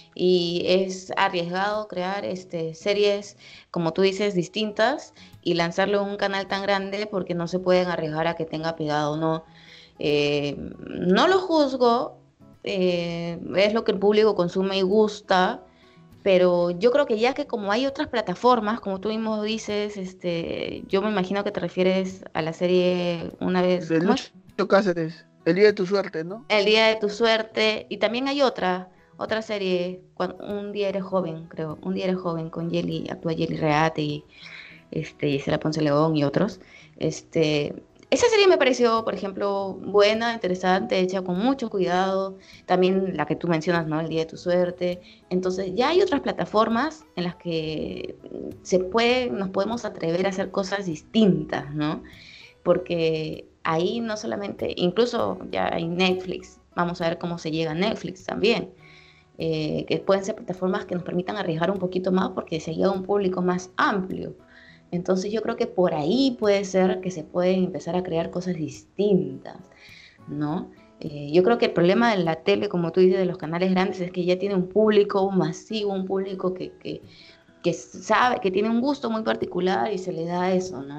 Y es arriesgado crear este, series, como tú dices, distintas y lanzarlo en un canal tan grande porque no se pueden arriesgar a que tenga pegado o no. Eh, no lo juzgo. Eh, es lo que el público consume y gusta, pero yo creo que ya que como hay otras plataformas, como tú mismo dices, este, yo me imagino que te refieres a la serie una vez...
De Lucho Cáceres, El Día de tu Suerte, ¿no?
El Día de tu Suerte, y también hay otra, otra serie, Un Día Eres Joven, creo, Un Día Eres Joven, con Yeli, actúa Yeli Reate y este, Gisela Ponce León y otros, este... Esa serie me pareció, por ejemplo, buena, interesante, hecha con mucho cuidado. También la que tú mencionas, ¿no? El Día de tu Suerte. Entonces, ya hay otras plataformas en las que se puede, nos podemos atrever a hacer cosas distintas, ¿no? Porque ahí no solamente, incluso ya hay Netflix. Vamos a ver cómo se llega a Netflix también. Eh, que pueden ser plataformas que nos permitan arriesgar un poquito más porque se llega a un público más amplio. Entonces yo creo que por ahí puede ser que se pueden empezar a crear cosas distintas, ¿no? Eh, yo creo que el problema de la tele, como tú dices, de los canales grandes, es que ya tiene un público masivo, un público que, que, que sabe, que tiene un gusto muy particular y se le da eso, ¿no?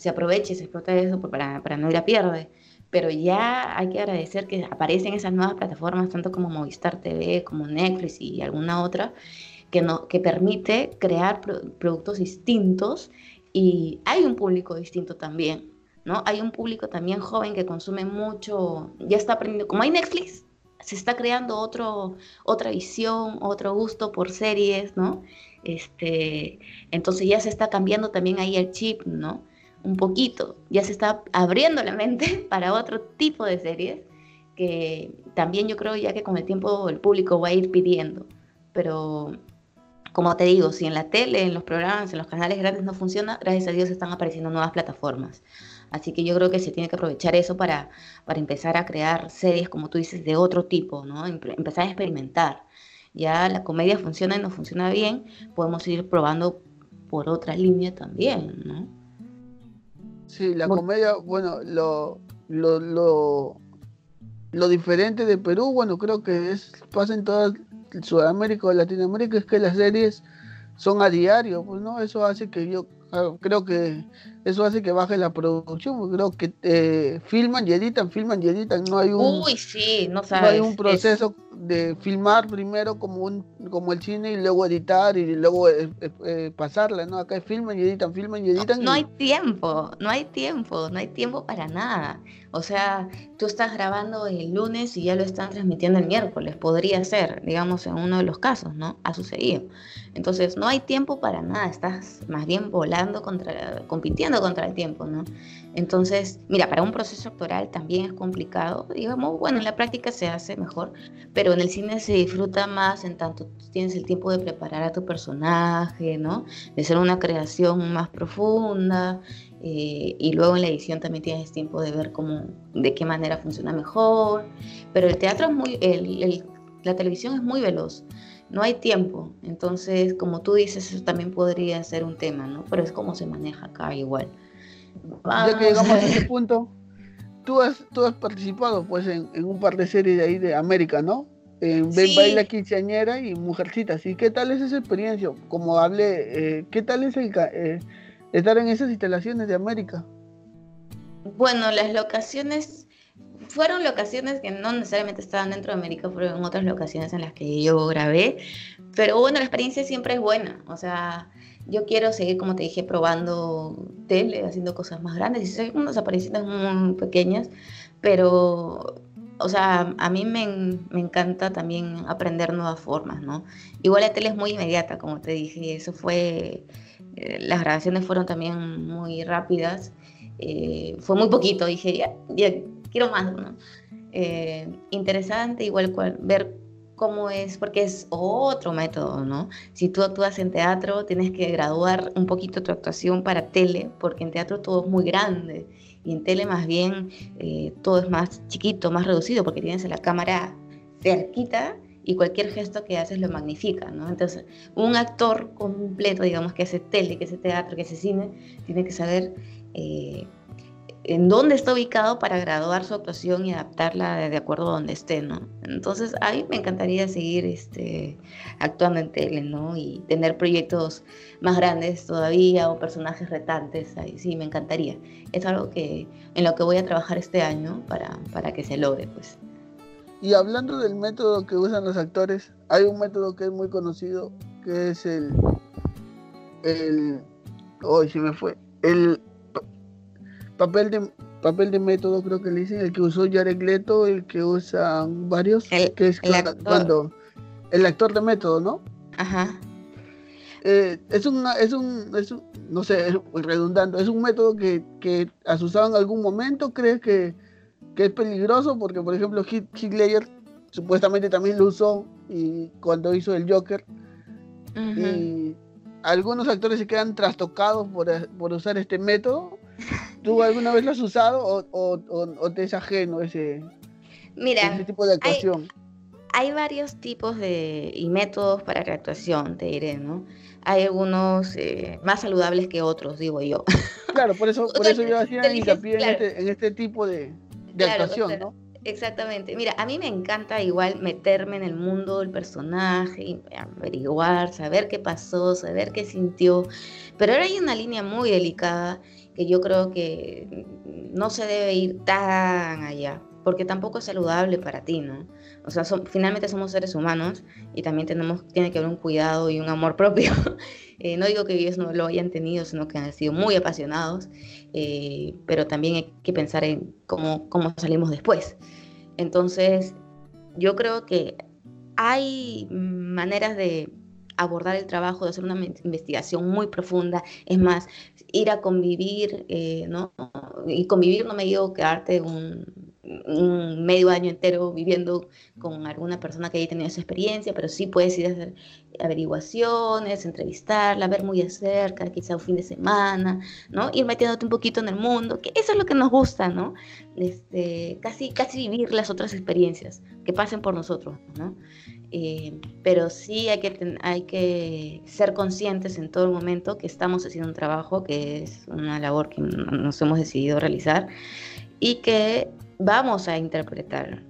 se aproveche y se explote eso para, para no ir a pierde. Pero ya hay que agradecer que aparecen esas nuevas plataformas, tanto como Movistar T V, como Netflix y alguna otra, que, no, que permite crear pro, productos distintos y hay un público distinto también, ¿no? Hay un público también joven que consume mucho, ya está aprendiendo, como hay Netflix, se está creando otro, otra visión, otro gusto por series, ¿no? Este, entonces ya se está cambiando también ahí el chip, ¿no? Un poquito, ya se está abriendo la mente para otro tipo de series que también yo creo ya que con el tiempo el público va a ir pidiendo, pero como te digo, si en la tele, en los programas, en los canales grandes no funciona, gracias a Dios están apareciendo nuevas plataformas. Así que yo creo que se tiene que aprovechar eso para, para empezar a crear series, como tú dices, de otro tipo, ¿no? Empe- Empezar a experimentar. Ya la comedia funciona y no funciona bien, podemos ir probando por otra línea también, ¿no?
Sí, la
Bueno,
comedia, bueno, lo, lo, lo, lo diferente de Perú, bueno, creo que es, pasa en toda Sudamérica o Latinoamérica, es que las series son a diario, pues, ¿no? Eso hace que yo, ah, creo que eso hace que baje la producción, porque creo que eh, filman y editan, filman y editan, no hay un,
uy, sí, no
no hay un
sabes, es
proceso de filmar primero como un, como el cine y luego editar y luego eh, eh, eh, pasarla, ¿no? Acá filman y editan, filman y
no,
editan
no hay
y
tiempo, no hay tiempo, no hay tiempo para nada. O sea, tú estás grabando el lunes y ya lo están transmitiendo el miércoles. Podría ser, digamos, en uno de los casos, ¿no? Ha sucedido. Entonces, no hay tiempo para nada. Estás más bien volando contra, compitiendo contra el tiempo, ¿no? Entonces, mira, para un proceso actoral también es complicado. Digamos, bueno, en la práctica se hace mejor, pero en el cine se disfruta más en tanto tú tienes el tiempo de preparar a tu personaje, ¿no? De ser una creación más profunda, eh, y luego en la edición también tienes tiempo de ver cómo, de qué manera funciona mejor, pero el teatro es muy, el, el, la televisión es muy veloz, no hay tiempo, entonces como tú dices eso también podría ser un tema, ¿no? Pero es como se maneja acá igual.
ya que
Vamos a
llegamos a ese
ver.
punto, tú has, tú has participado pues en, en un par de series de ahí de América, ¿no? En Ven Baila
Sí,
Quinceañera y Mujercitas. ¿Y qué tal es esa experiencia? Como hablé, eh, ¿qué tal es el, ca- eh, estar en esas instalaciones de América?
bueno, las locaciones fueron locaciones que no necesariamente estaban dentro de América, fueron otras locaciones en las que yo grabé, pero bueno, la experiencia siempre es buena, o sea, yo quiero seguir, como te dije, probando tele, haciendo cosas más grandes, y sé unas apariciones muy pequeñas, pero, o sea, a mí me, me encanta también aprender nuevas formas, ¿no? Igual la tele es muy inmediata, como te dije, eso fue, eh, las grabaciones fueron también muy rápidas, eh, fue muy poquito, dije, ya, ya quiero más, ¿no? Eh, interesante igual cual, ver cómo es, porque es otro método, ¿no? Si tú actúas en teatro, tienes que graduar un poquito tu actuación para tele, porque en teatro todo es muy grande, y en tele más bien eh, todo es más chiquito, más reducido, porque tienes la cámara cerquita y cualquier gesto que haces lo magnifica, ¿no? Entonces, un actor completo, digamos, que hace tele, que hace teatro, que hace cine, tiene que saber eh, en dónde está ubicado para graduar su actuación y adaptarla de, de acuerdo a donde esté, ¿no? Entonces, a mí me encantaría seguir este, actuando en tele, ¿no? Y tener proyectos más grandes todavía o personajes retantes, ahí sí, me encantaría. Es algo que, en lo que voy a trabajar este año para, para que se logre, pues.
Y hablando del método que usan los actores, hay un método que es muy conocido, que es el, el, hoy se me fue, el papel de, papel de método, creo que le dicen, el que usó Jared Leto, el que usan varios,
El,
que es
el
cuando,
actor,
cuando el actor de método, ¿no?
ajá.
Eh, es una, es un, es un, no sé, es redundando, es un método que, que has usado en algún momento, ¿crees que, que es peligroso? Porque, por ejemplo, Heath, Heath Ledger supuestamente también lo usó y cuando hizo el Joker,
Uh-huh.
y algunos actores se quedan trastocados por, por usar este método. ¿Tú alguna vez lo has usado o, o, o, o te es ajeno ese, ese
Mira,
tipo de
hay,
actuación?
hay varios tipos de, y métodos para la actuación, te diré, ¿no? Hay algunos eh, más saludables que otros, digo yo.
Claro, por eso,
Tú,
por eso yo
tú
hacía
eliges,
hincapié en
claro,
este, en este tipo de, de
claro, o
actuación,
sea,
¿no?
exactamente. Mira, a mí me encanta igual meterme en el mundo del personaje, y averiguar, saber qué pasó, saber qué sintió, pero ahora hay una línea muy delicada que yo creo que no se debe ir tan allá, porque tampoco es saludable para ti, ¿no? O sea, son, finalmente somos seres humanos y también tenemos, tiene que haber un cuidado y un amor propio. eh, no digo que ellos no lo hayan tenido, sino que han sido muy apasionados, eh, pero también hay que pensar en cómo, cómo salimos después. Entonces, yo creo que hay maneras de abordar el trabajo, de hacer una investigación muy profunda, es más, ir a convivir, eh, ¿no? Y convivir no me digo quedarte un, un medio año entero viviendo con alguna persona que haya tenido esa experiencia, pero sí puedes ir a hacer averiguaciones, entrevistarla, ver muy de cerca, quizá un fin de semana, ¿no? Ir metiéndote un poquito en el mundo, que eso es lo que nos gusta, ¿no? Este, casi, casi vivir las otras experiencias que pasen por nosotros, ¿no? Eh, pero sí hay que, ten, hay que ser conscientes en todo momento que estamos haciendo un trabajo, que es una labor que nos hemos decidido realizar y que vamos a interpretar,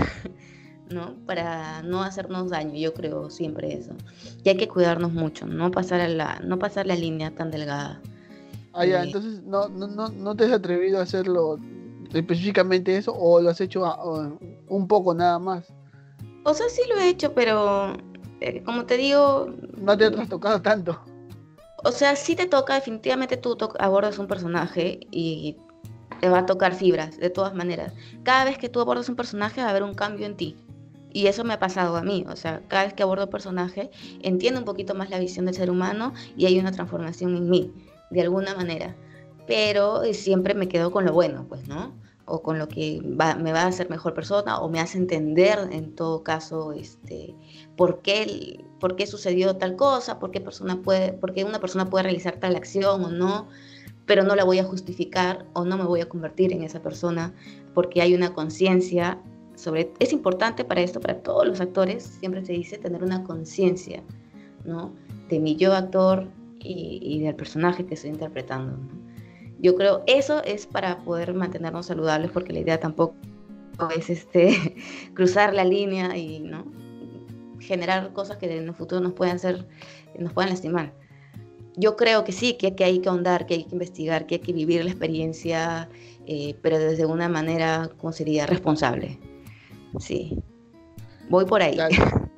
¿no? Para no hacernos daño, yo creo siempre eso. Y hay que cuidarnos mucho, no pasar, a la, no pasar la línea tan delgada.
Ah, ya, eh, entonces no, no, no, no te has atrevido a hacerlo específicamente eso, o lo has hecho a, a, un poco nada más.
O sea, sí lo he hecho, pero eh, como te digo...
No te has trastocado tanto.
O sea, sí te toca, definitivamente tú to- abordas un personaje y te va a tocar fibras, de todas maneras. Cada vez que tú abordas un personaje va a haber un cambio en ti. Y eso me ha pasado a mí, o sea, cada vez que abordo un personaje entiendo un poquito más la visión del ser humano y hay una transformación en mí, de alguna manera. Pero siempre me quedo con lo bueno, pues, ¿no? O con lo que va, me va a hacer mejor persona, o me hace entender, en todo caso, este, por qué, por qué sucedió tal cosa, por qué, persona puede, por qué una persona puede realizar tal acción o no, pero no la voy a justificar o no me voy a convertir en esa persona, porque hay una conciencia sobre... Es importante para esto, para todos los actores, siempre se dice tener una conciencia, ¿no? De mi yo actor y, y del personaje que estoy interpretando, ¿no? Yo creo eso es para poder mantenernos saludables, porque la idea tampoco es este, cruzar la línea y, ¿no?, generar cosas que en el futuro nos puedan hacer, nos puedan lastimar. Yo creo que sí, que, que hay que ahondar, que hay que investigar, que hay que vivir la experiencia, eh, pero desde una manera, ¿cómo sería?, responsable. Sí, voy por ahí.
Claro.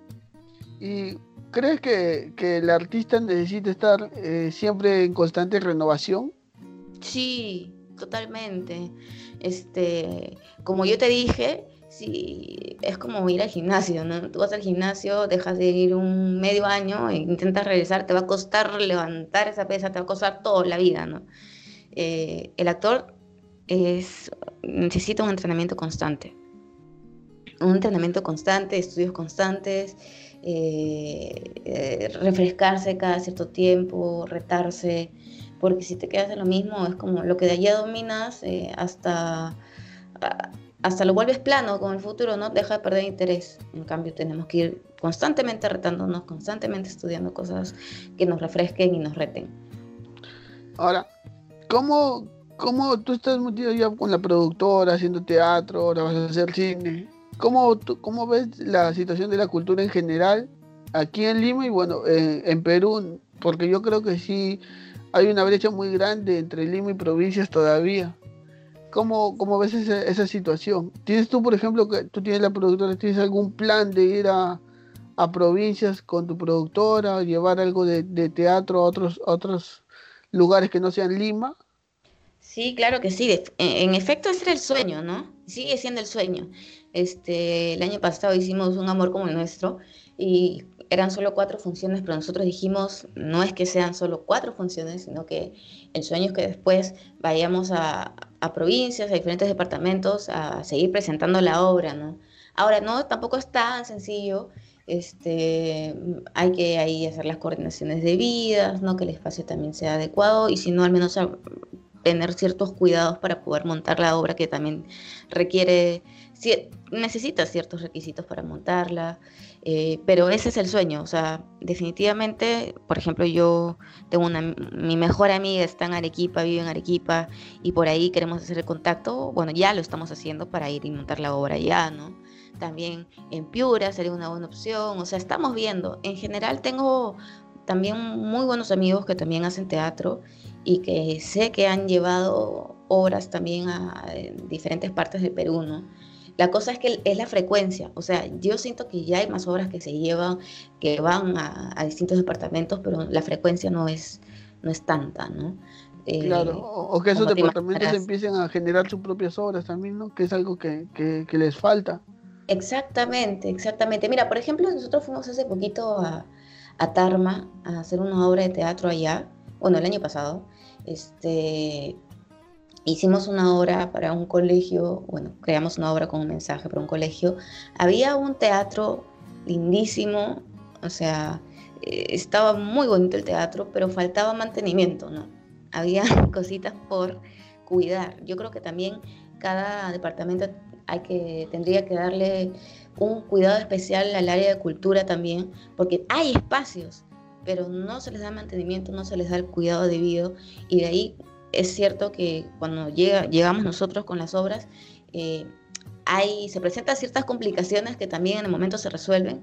¿Y crees que, que el artista necesita estar eh, siempre en constante renovación?
Sí, totalmente. Este, como yo te dije, sí, es como ir al gimnasio, ¿no? Tú vas al gimnasio, dejas de ir un medio año e intentas regresar, te va a costar levantar esa pesa, te va a costar toda la vida, ¿no? Eh, el actor es, necesita un entrenamiento constante. Un entrenamiento constante, estudios constantes, eh, eh, refrescarse cada cierto tiempo, retarse, porque si te quedas en lo mismo es como lo que de allá dominas, eh, hasta, hasta lo vuelves plano con el futuro, ¿no? Deja de perder interés. En cambio tenemos que ir constantemente retándonos, constantemente estudiando cosas que nos refresquen y nos reten.
Ahora, ¿cómo, cómo tú estás metido ya con la productora, haciendo teatro, ahora vas a hacer cine? ¿Cómo, tú, ¿Cómo ves la situación de la cultura en general aquí en Lima y bueno, en, en Perú? Porque yo creo que sí hay una brecha muy grande entre Lima y provincias todavía. ¿Cómo, cómo ves esa, esa situación? ¿Tienes tú, por ejemplo, que tú tienes la productora, tienes algún plan de ir a, a provincias con tu productora, llevar algo de, de teatro a otros, a otros lugares que no sean Lima?
Sí, claro que sí. En, en efecto, ese era el sueño, ¿no? Sigue siendo el sueño. Este, el año pasado hicimos Un amor como el nuestro y eran solo cuatro funciones, pero nosotros dijimos, no es que sean solo cuatro funciones, sino que el sueño es que después vayamos a, a provincias, a diferentes departamentos, a seguir presentando la obra, ¿no? Ahora, no, tampoco es tan sencillo. Este, hay que ahí hacer las coordinaciones debidas, ¿no? Que el espacio también sea adecuado y si no, al menos a, tener ciertos cuidados para poder montar la obra, que también requiere, necesita ciertos requisitos para montarla, eh, pero ese es el sueño. O sea, definitivamente, por ejemplo, yo tengo una, mi mejor amiga está en Arequipa, vive en Arequipa, y por ahí queremos hacer el contacto. Bueno, ya lo estamos haciendo para ir y montar la obra ya, ¿no? También en Piura sería una buena opción. O sea, estamos viendo. En general tengo también muy buenos amigos que también hacen teatro y que sé que han llevado obras también a, a diferentes partes del Perú, ¿no? La cosa es que es la frecuencia, o sea, yo siento que ya hay más obras que se llevan, que van a, a distintos departamentos, pero la frecuencia no es, no es tanta, ¿no?
Claro,
Eh,
o, o que esos
como te
departamentos
imaginarás.
empiecen a generar sus propias obras también, ¿no? Que es algo que, que, que les falta.
Exactamente, exactamente. Mira, por ejemplo, nosotros fuimos hace poquito a, a Tarma a hacer una obra de teatro allá, bueno, el año pasado. Este, hicimos una obra para un colegio, bueno, creamos una obra con un mensaje para un colegio. Había un teatro lindísimo, o sea, eh, estaba muy bonito el teatro, pero faltaba mantenimiento, ¿no? Había cositas por cuidar. Yo creo que también cada departamento hay que, tendría que darle un cuidado especial al área de cultura también, porque hay espacios, pero no se les da mantenimiento, no se les da el cuidado debido, y de ahí es cierto que cuando llega, llegamos nosotros con las obras, eh, hay, se presentan ciertas complicaciones que también en el momento se resuelven,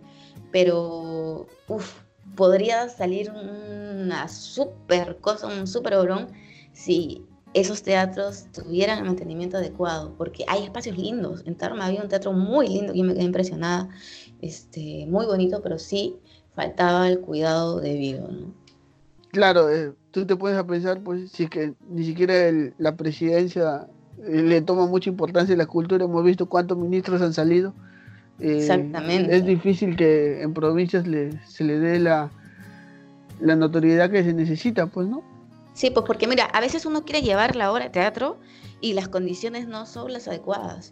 pero uf, podría salir una super cosa, un super obrón, si esos teatros tuvieran el mantenimiento adecuado, porque hay espacios lindos. En Tarma había un teatro muy lindo, yo me quedé impresionada, este, muy bonito, pero sí faltaba el cuidado debido, ¿no?
Claro, eh, tú te pones a pensar, pues, si es que ni siquiera el- la presidencia eh, le toma mucha importancia a la cultura, hemos visto cuántos ministros han salido. eh, es
Exactamente.
difícil que en provincias le, se le dé la, la notoriedad que se necesita, pues, ¿no?
Sí, pues porque mira, a veces uno quiere llevar la obra de teatro y las condiciones no son las adecuadas.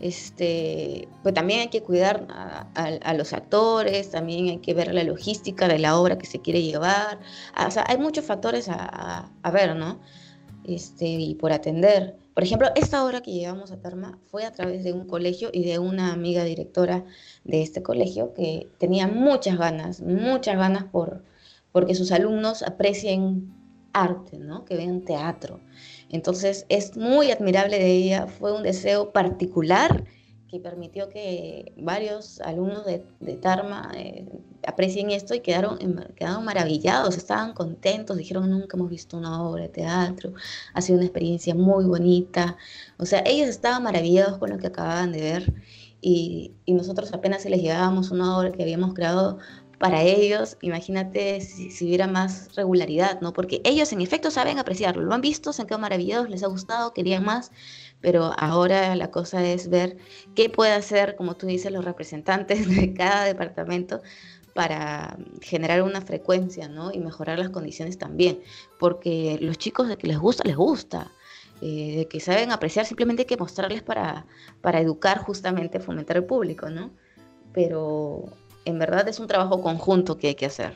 Este, pues también hay que cuidar a, a- a los actores, también hay que ver la logística de la obra que se quiere llevar. Ah, o sea, hay muchos factores a, a- a ver, ¿no? Este, y por atender. Por ejemplo, esta obra que llevamos a Tarma fue a través de un colegio y de una amiga directora de este colegio que tenía muchas ganas, muchas ganas por, porque sus alumnos aprecien arte, ¿no? Que vean teatro. Entonces, es muy admirable de ella, fue un deseo particular que permitió que varios alumnos de, de Tarma eh, aprecien esto y quedaron, quedaron maravillados, estaban contentos, dijeron nunca hemos visto una obra de teatro, ha sido una experiencia muy bonita. O sea, ellos estaban maravillados con lo que acababan de ver y, y nosotros apenas se les llevábamos una obra que habíamos creado para ellos. Imagínate si, si hubiera más regularidad, ¿no? Porque ellos en efecto saben apreciarlo, lo han visto, se han quedado maravillados, les ha gustado, querían más, pero ahora la cosa es ver qué puede hacer, como tú dices, los representantes de cada departamento para generar una frecuencia, ¿no? Y mejorar las condiciones también, porque los chicos de que les gusta, les gusta, eh, de que saben apreciar, simplemente hay que mostrarles para, para educar justamente, fomentar el público, ¿no? Pero en verdad es un trabajo conjunto que hay que hacer.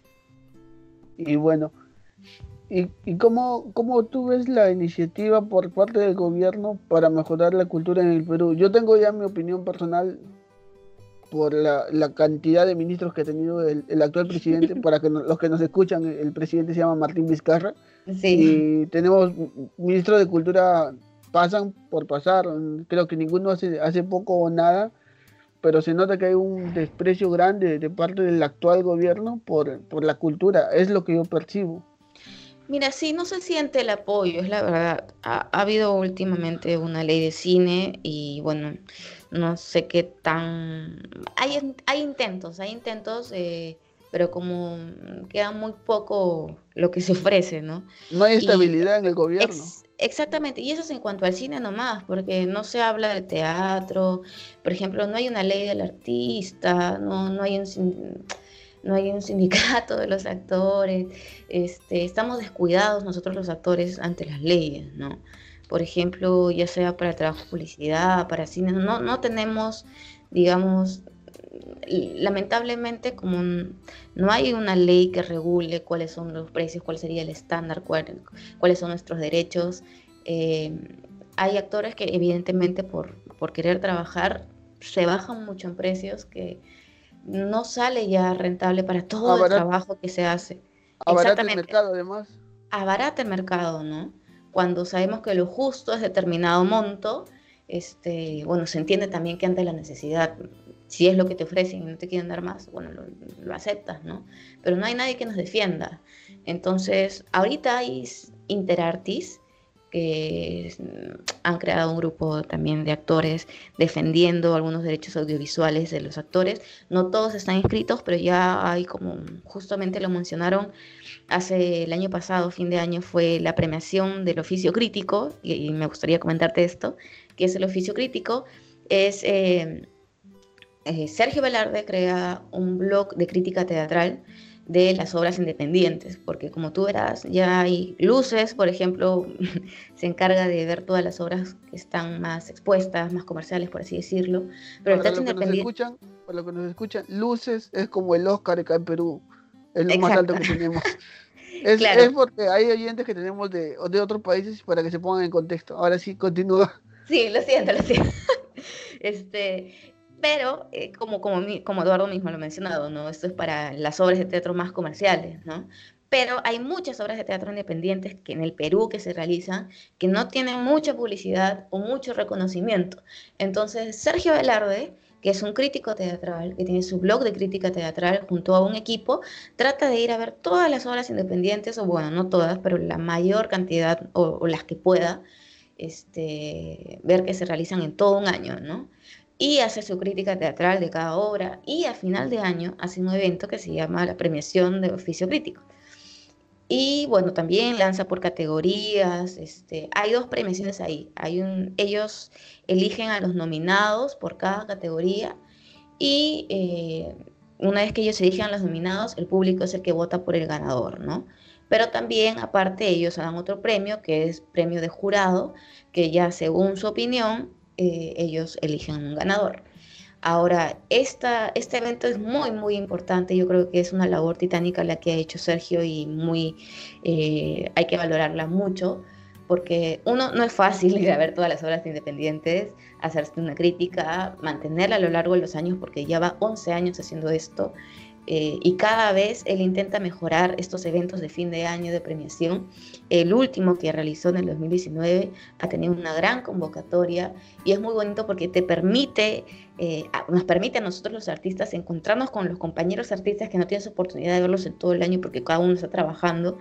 Y bueno, ¿y, y cómo, cómo tú ves la iniciativa por parte del gobierno para mejorar la cultura en el Perú? Yo tengo ya mi opinión personal por la, la cantidad de ministros que ha tenido el, el actual presidente. Para que no- los que nos escuchan, el, el presidente se llama Martín Vizcarra,
Sí.
y tenemos ministros de cultura, pasan por pasar, creo que ninguno hace, hace poco o nada, pero se nota que hay un desprecio grande de parte del actual gobierno por, por la cultura, es lo que yo percibo.
Mira, sí, no se siente el apoyo, es la verdad. Ha, ha habido últimamente una ley de cine y bueno, no sé qué tan... Hay, in- hay intentos, hay intentos, eh, pero como queda muy poco lo que se ofrece, ¿no?
No hay
Y
estabilidad en el gobierno.
ex- exactamente, y eso es en cuanto al cine nomás, porque no se habla de teatro, por ejemplo, no hay una ley del artista, no, no hay un... sin- no hay un sindicato de los actores, este, estamos descuidados nosotros los actores ante las leyes, ¿no? Por ejemplo, ya sea para el trabajo de publicidad, para cine, no, no tenemos, digamos, lamentablemente como no hay una ley que regule cuáles son los precios, cuál sería el estándar, cuál, cuáles son nuestros derechos, eh, hay actores que evidentemente por, por querer trabajar se bajan mucho en precios que no sale ya rentable para todo el
Abarat,
trabajo que se hace.
abarata el
Exactamente,
mercado además.
abarata el mercado, ¿no? Cuando sabemos que lo justo es determinado monto, este, bueno, se entiende también que ante la necesidad, si es lo que te ofrecen y no te quieren dar más, bueno, lo, lo aceptas, ¿no? Pero no hay nadie que nos defienda. Entonces, ahorita hay Interartis, que han creado un grupo también de actores defendiendo algunos derechos audiovisuales de los actores. No todos están inscritos, pero ya hay, como justamente lo mencionaron, hace el año pasado, fin de año, fue la premiación del oficio crítico, y, y me gustaría comentarte esto, que es el oficio crítico. Es eh, eh, Sergio Velarde crea un blog de crítica teatral de las obras independientes, porque como tú verás, ya hay luces, por ejemplo, se encarga de ver todas las obras que están más expuestas, más comerciales, por así decirlo, pero el
Para
teatro
los que nos
independiente...
escuchan, para los que nos escuchan, Luces es como el Oscar acá en Perú, es lo más alto
Exacto,
que tenemos. Es, es
claro,
porque hay oyentes que tenemos de, de otros países para que se pongan en contexto. Ahora sí, continúa.
sí, lo siento, lo siento. Este, pero, eh, como, como, mi- como Eduardo mismo lo ha mencionado, ¿no? Esto es para las obras de teatro más comerciales, ¿no? Pero hay muchas obras de teatro independientes que en el Perú que se realizan que no tienen mucha publicidad o mucho reconocimiento. Entonces, Sergio Velarde, que es un crítico teatral, que tiene su blog de crítica teatral junto a un equipo, trata de ir a ver todas las obras independientes, o bueno, no todas, pero la mayor cantidad o, o las que pueda, este, ver que se realizan en todo un año, ¿no? Y hace su crítica teatral de cada obra y a final de año hace un evento que se llama la premiación de oficio crítico. Y bueno, también lanza por categorías, este, hay dos premiaciones ahí. Hay un, ellos eligen a los nominados por cada categoría y eh, una vez que ellos eligen a los nominados, el público es el que vota por el ganador, ¿no? Pero también, aparte, ellos dan otro premio, que es premio de jurado, que ya según su opinión, eh, ellos eligen un ganador. Ahora, esta, este evento es muy, muy importante. Yo creo que es una labor titánica la que ha hecho Sergio y muy, eh, hay que valorarla mucho, porque uno, no es fácil ir a ver todas las obras independientes, hacerse una crítica, mantenerla a lo largo de los años, porque ya va once años haciendo esto, eh, y cada vez él intenta mejorar estos eventos de fin de año de premiación. El último que realizó en el dos mil diecinueve ha tenido una gran convocatoria y es muy bonito porque te permite, eh, nos permite a nosotros los artistas encontrarnos con los compañeros artistas que no tienes oportunidad de verlos en todo el año porque cada uno está trabajando.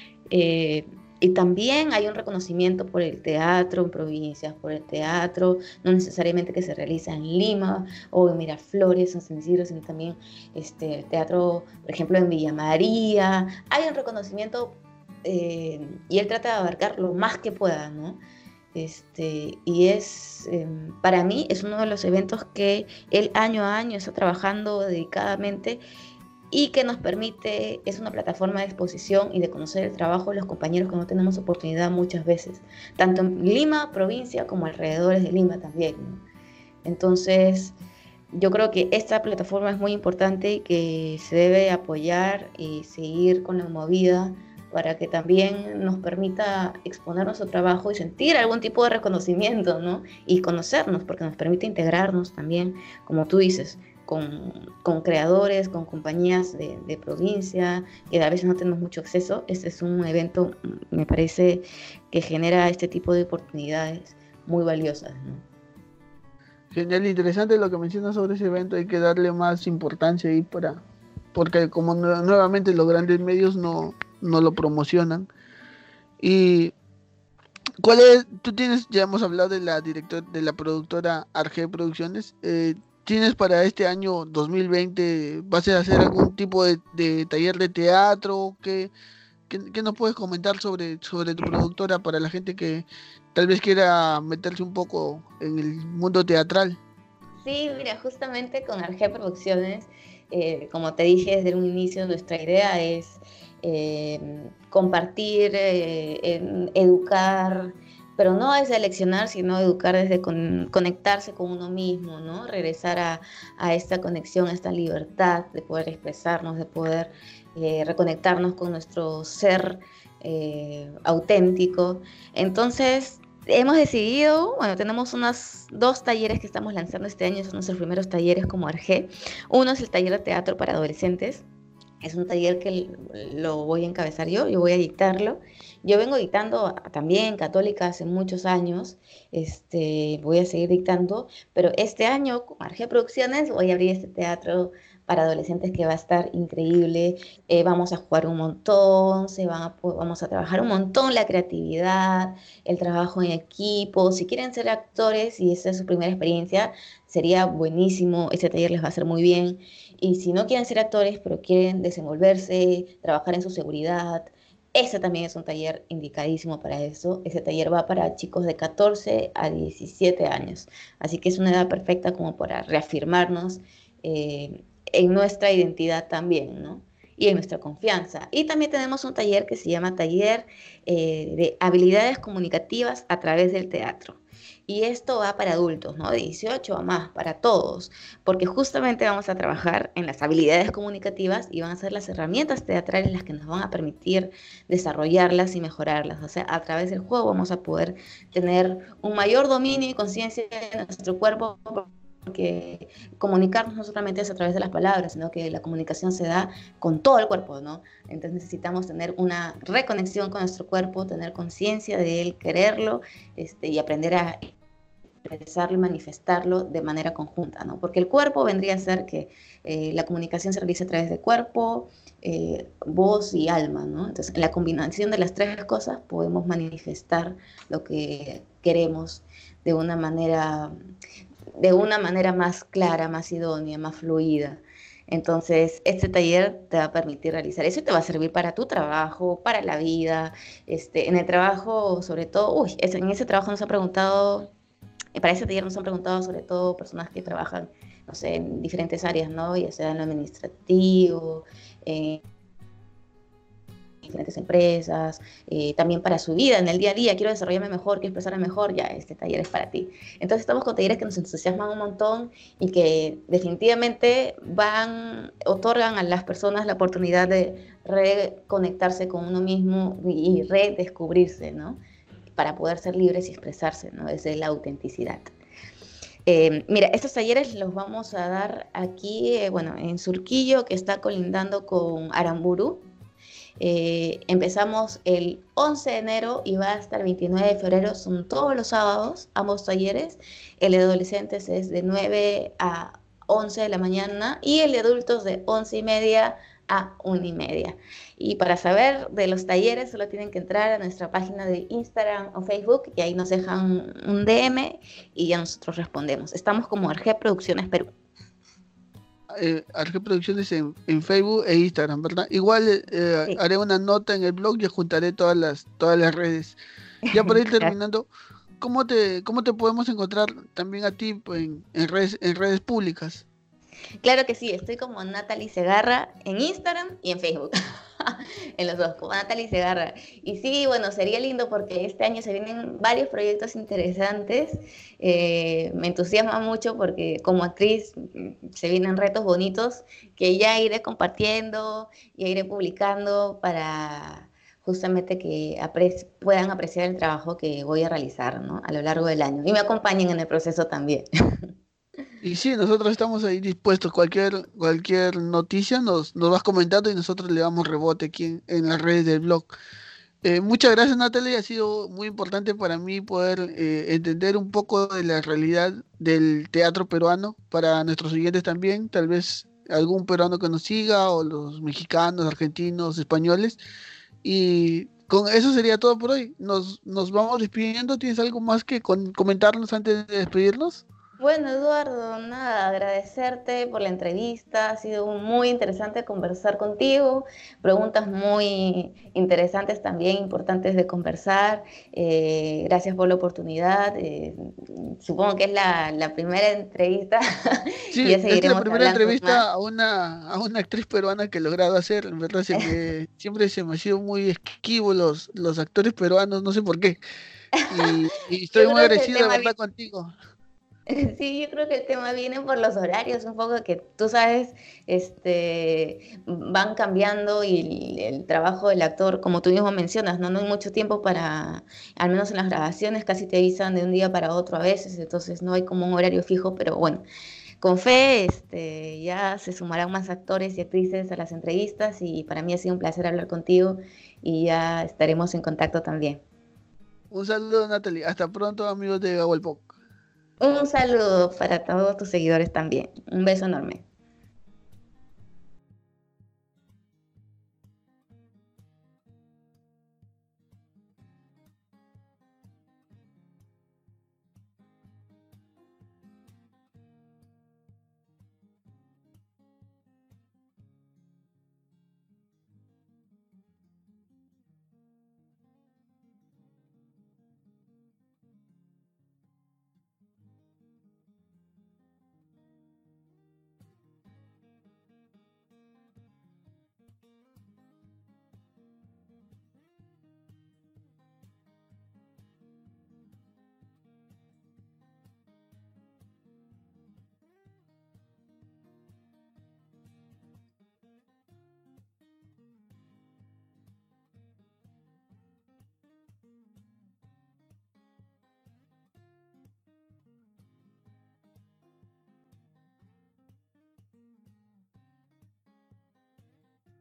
Eh, y también hay un reconocimiento por el teatro en provincias, por el teatro, no necesariamente que se realiza en Lima o en Miraflores o en San Isidro, sino también este, el teatro, por ejemplo, en Villa María. Hay un reconocimiento, eh, y él trata de abarcar lo más que pueda, ¿no? Este, y es, eh, para mí, es uno de los eventos que él año a año está trabajando dedicadamente y que nos permite, es una plataforma de exposición y de conocer el trabajo de los compañeros que no tenemos oportunidad muchas veces, tanto en Lima, provincia, como alrededores de Lima también, ¿no? Entonces, yo creo que esta plataforma es muy importante y que se debe apoyar y seguir con la movida para que también nos permita exponer nuestro trabajo y sentir algún tipo de reconocimiento, ¿no? Y conocernos, porque nos permite integrarnos también, como tú dices, con, con creadores, con compañías de, de provincia, que a veces no tenemos mucho acceso. Este es un evento, me parece, que genera este tipo de oportunidades muy valiosas, ¿no?
Genial, interesante lo que mencionas sobre ese evento. Hay que darle más importancia ahí para, porque como nue- nuevamente los grandes medios no, no lo promocionan. Y ¿cuál es? Tú tienes, ya hemos hablado de la director, de la productora Arge Producciones. Eh, ¿tienes para este año dos mil veinte, vas a hacer algún tipo de, de taller de teatro? ¿Qué, qué, qué nos puedes comentar sobre, sobre tu productora para la gente que tal vez quiera meterse un poco en el mundo teatral?
Sí, mira, justamente con Arge Producciones, eh, como te dije desde un inicio, nuestra idea es eh, compartir, eh, en- educar, pero no es seleccionar, sino educar desde con- conectarse con uno mismo, ¿no? Regresar a, a esta conexión, a esta libertad de poder expresarnos, de poder eh, reconectarnos con nuestro ser eh, auténtico. Entonces, hemos decidido, bueno, tenemos unos dos talleres que estamos lanzando este año, son nuestros primeros talleres como Arge. Uno es el taller de teatro para adolescentes. Es un taller que lo voy a encabezar yo, yo voy a dictarlo. Yo vengo dictando también católica hace muchos años, este, voy a seguir dictando, pero este año con Arge Producciones voy a abrir este teatro para adolescentes que va a estar increíble. Eh, vamos a jugar un montón, se van a, vamos a trabajar un montón la creatividad, el trabajo en equipo. Si quieren ser actores y esa es su primera experiencia, sería buenísimo, este taller les va a hacer muy bien. Y si no quieren ser actores, pero quieren desenvolverse, trabajar en su seguridad, ese también es un taller indicadísimo para eso. Ese taller va para chicos de catorce a diecisiete años. Así que es una edad perfecta como para reafirmarnos eh, en nuestra identidad también, ¿no? Y en nuestra confianza. Y también tenemos un taller que se llama Taller eh, de Habilidades Comunicativas a través del Teatro. Y esto va para adultos, ¿no? De dieciocho a más, para todos, porque justamente vamos a trabajar en las habilidades comunicativas y van a ser las herramientas teatrales las que nos van a permitir desarrollarlas y mejorarlas. O sea, a través del juego vamos a poder tener un mayor dominio y conciencia de nuestro cuerpo, porque comunicarnos no solamente es a través de las palabras, sino que la comunicación se da con todo el cuerpo, ¿no? Entonces necesitamos tener una reconexión con nuestro cuerpo, tener conciencia de él, quererlo, este, y aprender a expresarlo y manifestarlo de manera conjunta, ¿no? Porque el cuerpo vendría a ser que eh, la comunicación se realiza a través de cuerpo, eh, voz y alma, ¿no? Entonces, en la combinación de las tres cosas podemos manifestar lo que queremos de una manera de una manera más clara, más idónea, más fluida. Entonces, este taller te va a permitir realizar eso y te va a servir para tu trabajo, para la vida. Este, en el trabajo, sobre todo, uy, en ese trabajo nos han preguntado, para ese taller nos han preguntado sobre todo personas que trabajan, no sé, en diferentes áreas, ¿no? Ya sea en lo administrativo, en diferentes empresas, eh, también para su vida, en el día a día, quiero desarrollarme mejor, quiero expresarme mejor, ya este taller es para ti. Entonces estamos con talleres que nos entusiasman un montón y que definitivamente van, otorgan a las personas la oportunidad de reconectarse con uno mismo y redescubrirse, ¿no? Para poder ser libres y expresarse, ¿no? Desde la autenticidad. Eh, mira, estos talleres los vamos a dar aquí, eh, bueno, en Surquillo, que está colindando con Aramburu. Eh, empezamos el once de enero y va hasta el veintinueve de febrero, son todos los sábados, ambos talleres. El de adolescentes es de nueve a once de la mañana y el de adultos de once y media a una y media. Y para saber de los talleres solo tienen que entrar a nuestra página de Instagram o Facebook y ahí nos dejan un D M y ya nosotros respondemos. Estamos como Arge Producciones Perú.
Eh, Arge Producciones en, en Facebook e Instagram, ¿verdad? Igual eh, sí. Haré una nota en el blog y juntaré todas las todas las redes. Ya para ir terminando, ¿cómo te cómo te podemos encontrar también a ti en, en redes en redes públicas?
Claro que sí, estoy como Natalie Segarra en Instagram y en Facebook. En los dos, como Natalie Segarra. Y sí, bueno, sería lindo porque este año se vienen varios proyectos interesantes. Eh, me entusiasma mucho porque como actriz se vienen retos bonitos que ya iré compartiendo y iré publicando para justamente que apreci- puedan apreciar el trabajo que voy a realizar, ¿no? A lo largo del año. Y me acompañen en el proceso también.
Y sí, nosotros estamos ahí dispuestos. Cualquier, cualquier noticia nos, nos vas comentando y nosotros le damos rebote aquí en, en las redes del blog. Eh, muchas gracias, Natalie. Ha sido muy importante para mí poder eh, entender un poco de la realidad del teatro peruano para nuestros oyentes también. Tal vez algún peruano que nos siga o los mexicanos, argentinos, españoles. Y con eso sería todo por hoy. Nos, nos vamos despidiendo. ¿Tienes algo más que con- comentarnos antes de despedirnos?
Bueno, Eduardo, nada, agradecerte por la entrevista, ha sido muy interesante conversar contigo, preguntas muy interesantes también, importantes de conversar. Eh, gracias por la oportunidad, eh, supongo que es la, la primera entrevista y
Sí,
ya
es la
seguiremos
primera
hablando más.
entrevista a una, a una actriz peruana que he logrado hacer. En verdad, se me, siempre se me ha sido muy esquivo los, los actores peruanos, no sé por qué. Y, y estoy
Yo
muy
creo que el
agradecido de
tema
verdad contigo.
Sí, yo creo que el tema viene por los horarios, un poco que tú sabes, este, van cambiando y el, el trabajo del actor, como tú mismo mencionas, ¿no? No hay mucho tiempo para, al menos en las grabaciones, casi te avisan de un día para otro a veces, entonces no hay como un horario fijo, pero bueno, con fe, este, ya se sumarán más actores y actrices a las entrevistas y para mí ha sido un placer hablar contigo y ya estaremos en contacto también.
Un saludo, Natalie. Hasta pronto, amigos de Gawalpok.
Un saludo para todos tus seguidores también. Un beso enorme.